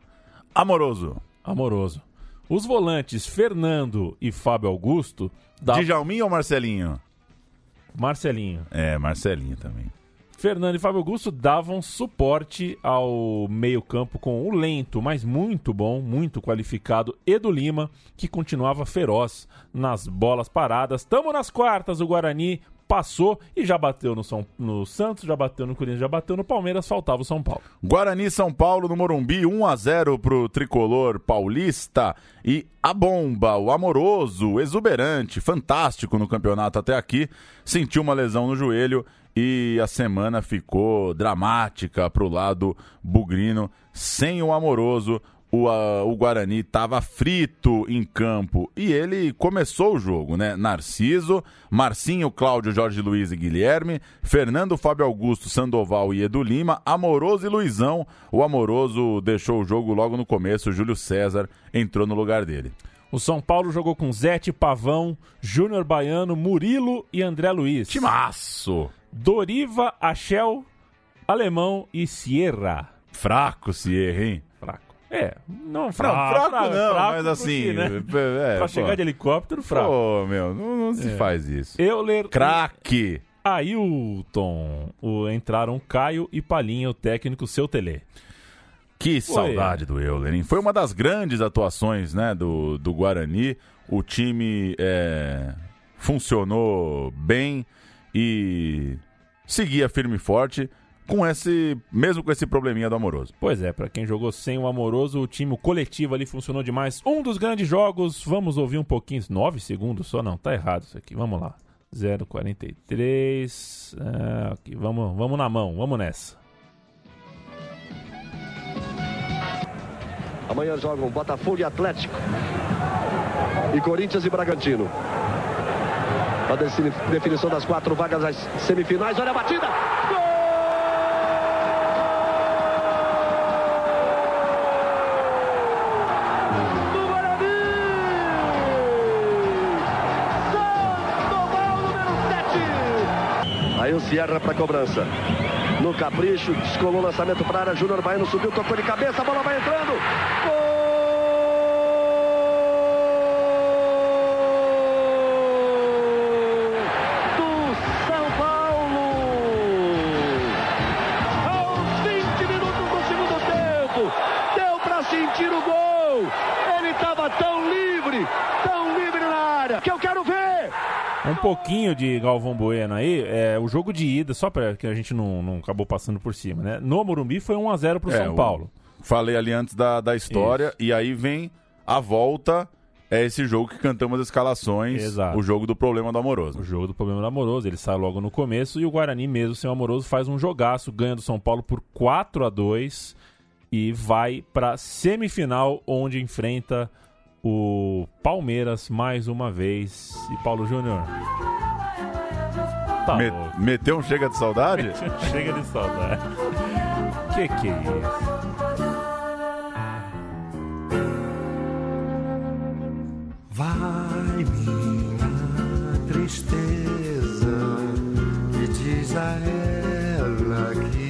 Amoroso. Amoroso. Os volantes Fernando e Fábio Augusto... Da... Djalminha ou Marcelinho? Marcelinho. É, Marcelinho também. Fernando e Fábio Augusto davam suporte ao meio-campo com o lento, mas muito bom, muito qualificado Edu Lima, que continuava feroz nas bolas paradas. Tamo nas quartas, o Guarani passou e já bateu no, São, no Santos, já bateu no Corinthians, já bateu no Palmeiras, faltava o São Paulo. Guarani São Paulo no Morumbi, um a zero pro tricolor paulista. E a bomba, o Amoroso, exuberante, fantástico no campeonato até aqui, sentiu uma lesão no joelho e a semana ficou dramática pro lado bugrino. Sem o Amoroso, o, a, o Guarani estava frito em campo e ele começou o jogo, né? Narciso, Marcinho, Cláudio, Jorge Luiz e Guilherme, Fernando, Fábio Augusto, Sandoval e Edu Lima, Amoroso e Luizão. O Amoroso deixou o jogo logo no começo, o Júlio César entrou no lugar dele. O São Paulo jogou com Zete, Pavão, Júnior Baiano, Murilo e André Luiz. Timaço! Doriva, Achel, Alemão e Sierra. Fraco Sierra, hein? Fraco. É, não fraco. Não, fraco, fraco não, fraco mas assim... Porque, né? é, pra pô. chegar de helicóptero, fraco. Pô, meu, não, não se é. faz isso. Euler... Craque! Ailton. O, entraram Caio e Palinha, o técnico Seu Telê. Que Foi. saudade do Euler, hein? Foi uma das grandes atuações, né, do, do Guarani. O time é, funcionou bem e seguia firme e forte, com esse, mesmo com esse probleminha do Amoroso. Pois é, pra quem jogou sem o Amoroso, o time o coletivo ali funcionou demais. Um dos grandes jogos, vamos ouvir um pouquinho, nove segundos só, não, tá errado isso aqui, vamos lá. zero quarenta e três, é, aqui, vamos, vamos na mão, vamos nessa. Amanhã jogam Botafogo e Atlético. E Corinthians e Bragantino. A definição das quatro vagas das semifinais. Olha a batida! Gol! Do Guarani! Sandoval número sete! Aí o Sierra para cobrança. No capricho, descolou o lançamento para a área. Júnior Baiano subiu, tocou de cabeça, a bola vai entrando. Gol! Do São Paulo! Aos vinte minutos do segundo tempo, deu para sentir o gol. Ele estava tão livre, tão livre na área, que eu quero ver. Um pouquinho de Galvão Bueno aí, é, o jogo de ida, só para que a gente não, não acabou passando por cima, né? No Morumbi foi um a zero pro é, São Paulo. Falei ali antes da, da história, Isso. E aí vem a volta, é esse jogo que cantamos as escalações, Exato. O jogo do problema do Amoroso. O jogo do problema do Amoroso, ele sai logo no começo e o Guarani mesmo, sem o Amoroso, faz um jogaço, ganha do São Paulo por quatro a dois e vai pra semifinal, onde enfrenta o Palmeiras mais uma vez. E Paulo Júnior? Tá Me, meteu um chega de saudade? Chega de saudade. Que que é isso? Vai minha tristeza e diz a ela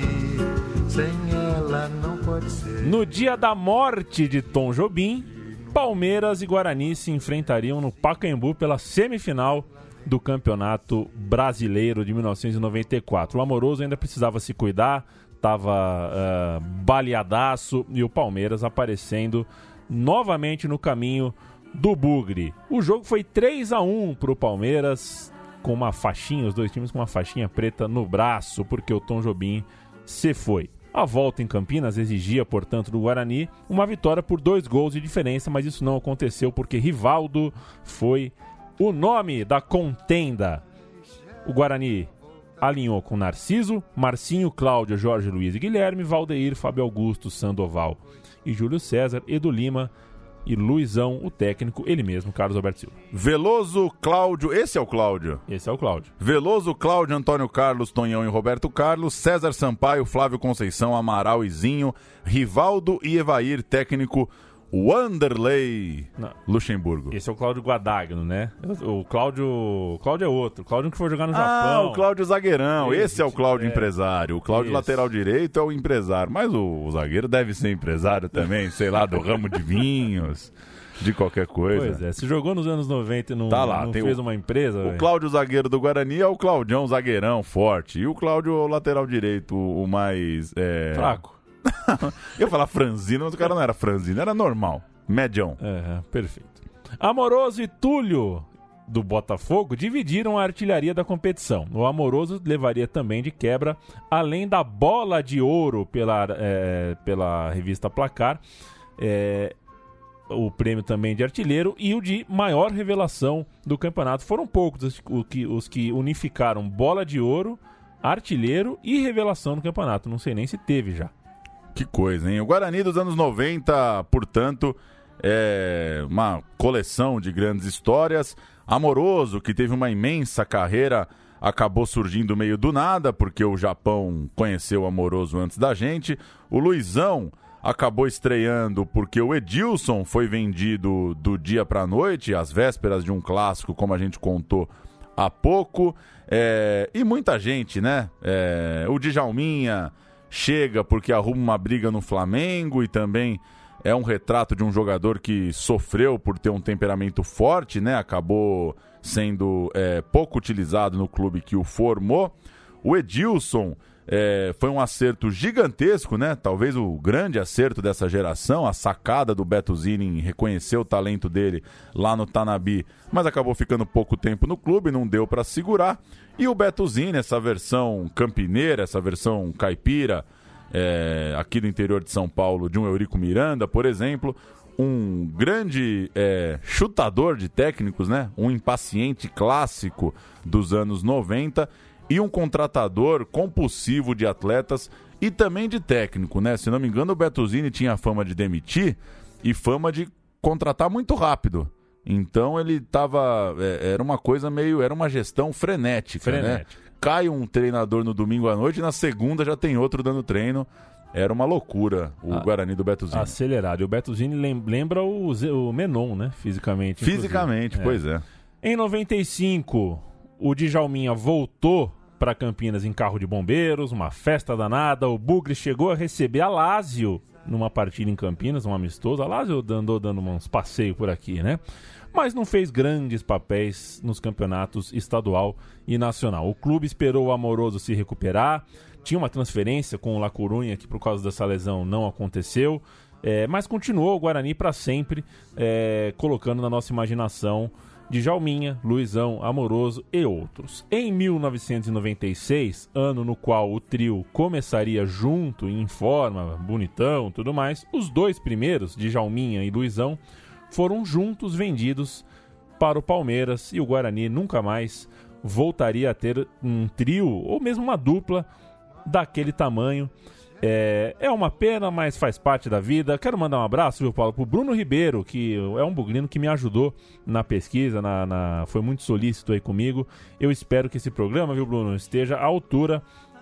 que sem ela não pode ser. No dia da morte de Tom Jobim, Palmeiras e Guarani se enfrentariam no Pacaembu pela semifinal do Campeonato Brasileiro de mil novecentos e noventa e quatro. O Amoroso ainda precisava se cuidar, estava uh, baleadaço, e o Palmeiras aparecendo novamente no caminho do bugre. O jogo foi três a um para o Palmeiras, com uma faixinha, os dois times com uma faixinha preta no braço, porque o Tom Jobim se foi. A volta em Campinas exigia, portanto, do Guarani uma vitória por dois gols de diferença, mas isso não aconteceu porque Rivaldo foi o nome da contenda. O Guarani alinhou com Narciso, Marcinho, Cláudio, Jorge Luiz e Guilherme, Valdeir, Fábio Augusto, Sandoval e Júlio César, Edu Lima e Luizão, o técnico, ele mesmo, Carlos Alberto Silva. Veloso, Cláudio, esse é o Cláudio. Esse é o Cláudio. Veloso, Cláudio, Antônio Carlos, Tonhão e Roberto Carlos, César Sampaio, Flávio Conceição, Amaral e Zinho, Rivaldo e Evair, técnico Wanderlei Não. Luxemburgo. Esse é o Cláudio Guadagno, né? O Cláudio... O Cláudio é outro. O Cláudio que foi jogar no ah, Japão. Ah, o Cláudio zagueirão. Esse, Esse é o Cláudio é. empresário. O Cláudio Esse. lateral direito é o empresário. Mas o, o zagueiro deve ser empresário também, sei lá, do ramo de vinhos, de qualquer coisa. Pois é. Se jogou nos anos noventa e não, tá lá, não tem fez o, uma empresa... O véio. Cláudio zagueiro do Guarani é o Claudião zagueirão forte. E o Cláudio lateral direito, o mais... É... Fraco. Eu ia falar franzino, mas o cara não era franzino, era normal. Medião. É, perfeito. Amoroso e Túlio, do Botafogo, dividiram a artilharia da competição. O Amoroso levaria também de quebra, além da bola de ouro pela, é, pela revista Placar, é, o prêmio também de artilheiro e o de maior revelação do campeonato. Foram poucos os, os, que, os que unificaram bola de ouro, artilheiro e revelação do campeonato. Não sei nem se teve já. Que coisa, hein? O Guarani dos anos noventa, portanto, é uma coleção de grandes histórias. Amoroso, que teve uma imensa carreira, acabou surgindo meio do nada, porque o Japão conheceu o Amoroso antes da gente. O Luizão acabou estreando porque o Edilson foi vendido do dia para a noite, às vésperas de um clássico, como a gente contou há pouco. É... E muita gente, né? É... O Djalminha... chega porque arruma uma briga no Flamengo e também é um retrato de um jogador que sofreu por ter um temperamento forte, né? Acabou sendo é, pouco utilizado no clube que o formou. O Edilson é, foi um acerto gigantesco, né? Talvez o grande acerto dessa geração, a sacada do Beto Zini em reconhecer o talento dele lá no Tanabi, mas acabou ficando pouco tempo no clube, não deu para segurar. E o Beto Zini, essa versão campineira, essa versão caipira, É, aqui do interior de São Paulo, de um Eurico Miranda, por exemplo, um grande é, chutador de técnicos, né? Um impaciente clássico dos anos noventa e um contratador compulsivo de atletas e também de técnico, né? Se não me engano, o Beto Zini tinha fama de demitir e fama de contratar muito rápido. Então ele tava... É, era uma coisa meio... Era uma gestão frenética, frenética. né? Cai um treinador no domingo à noite e na segunda já tem outro dando treino. Era uma loucura o ah, Guarani do Beto Zini. Acelerado. E o Beto Zini lembra o, o Menon, né? Fisicamente. Fisicamente, pois é. é. Em noventa e cinco, o Djalminha voltou para Campinas em carro de bombeiros, uma festa danada. O Bugre chegou a receber a Lazio numa partida em Campinas, um amistoso. A Lazio andou dando uns passeios por aqui, né? Mas não fez grandes papéis nos campeonatos estadual e nacional. O clube esperou o Amoroso se recuperar, tinha uma transferência com o La Coruña, que por causa dessa lesão não aconteceu, é, mas continuou o Guarani para sempre, é, colocando na nossa imaginação Djalminha, Luizão, Amoroso e outros. Em mil novecentos e noventa e seis, ano no qual o trio começaria junto, em forma, bonitão e tudo mais, os dois primeiros, Djalminha e Luizão, foram juntos vendidos para o Palmeiras e o Guarani nunca mais voltaria a ter um trio ou mesmo uma dupla daquele tamanho. É, é uma pena, mas faz parte da vida. Quero mandar um abraço, viu, Paulo, pro Bruno Ribeiro, que é um bugrino que me ajudou na pesquisa, na, na, foi muito solícito aí comigo. Eu espero que esse programa, viu, Bruno, esteja à altura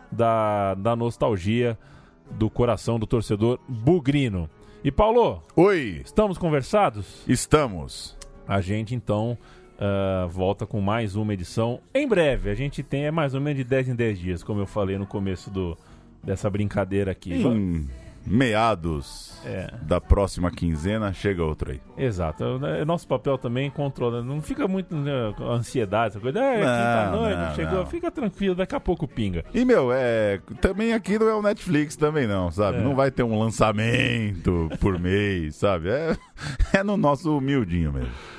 da, da nostalgia do coração do torcedor bugrino. E Paulo, oi, estamos conversados? Estamos. A gente então uh, volta com mais uma edição em breve. A gente tem é mais ou menos de dez em dez dias, como eu falei no começo do, dessa brincadeira aqui. Em meados é. da próxima quinzena chega outro aí. Exato. Nosso papel também controla. Não fica muito né, ansiedade, essa coisa. É, não, quinta-noite, não, chegou. não. Fica tranquilo, daqui a pouco pinga. E, meu, é, também aqui não é o Netflix também não, sabe? É. Não vai ter um lançamento por mês, sabe? É, é no nosso humildinho mesmo.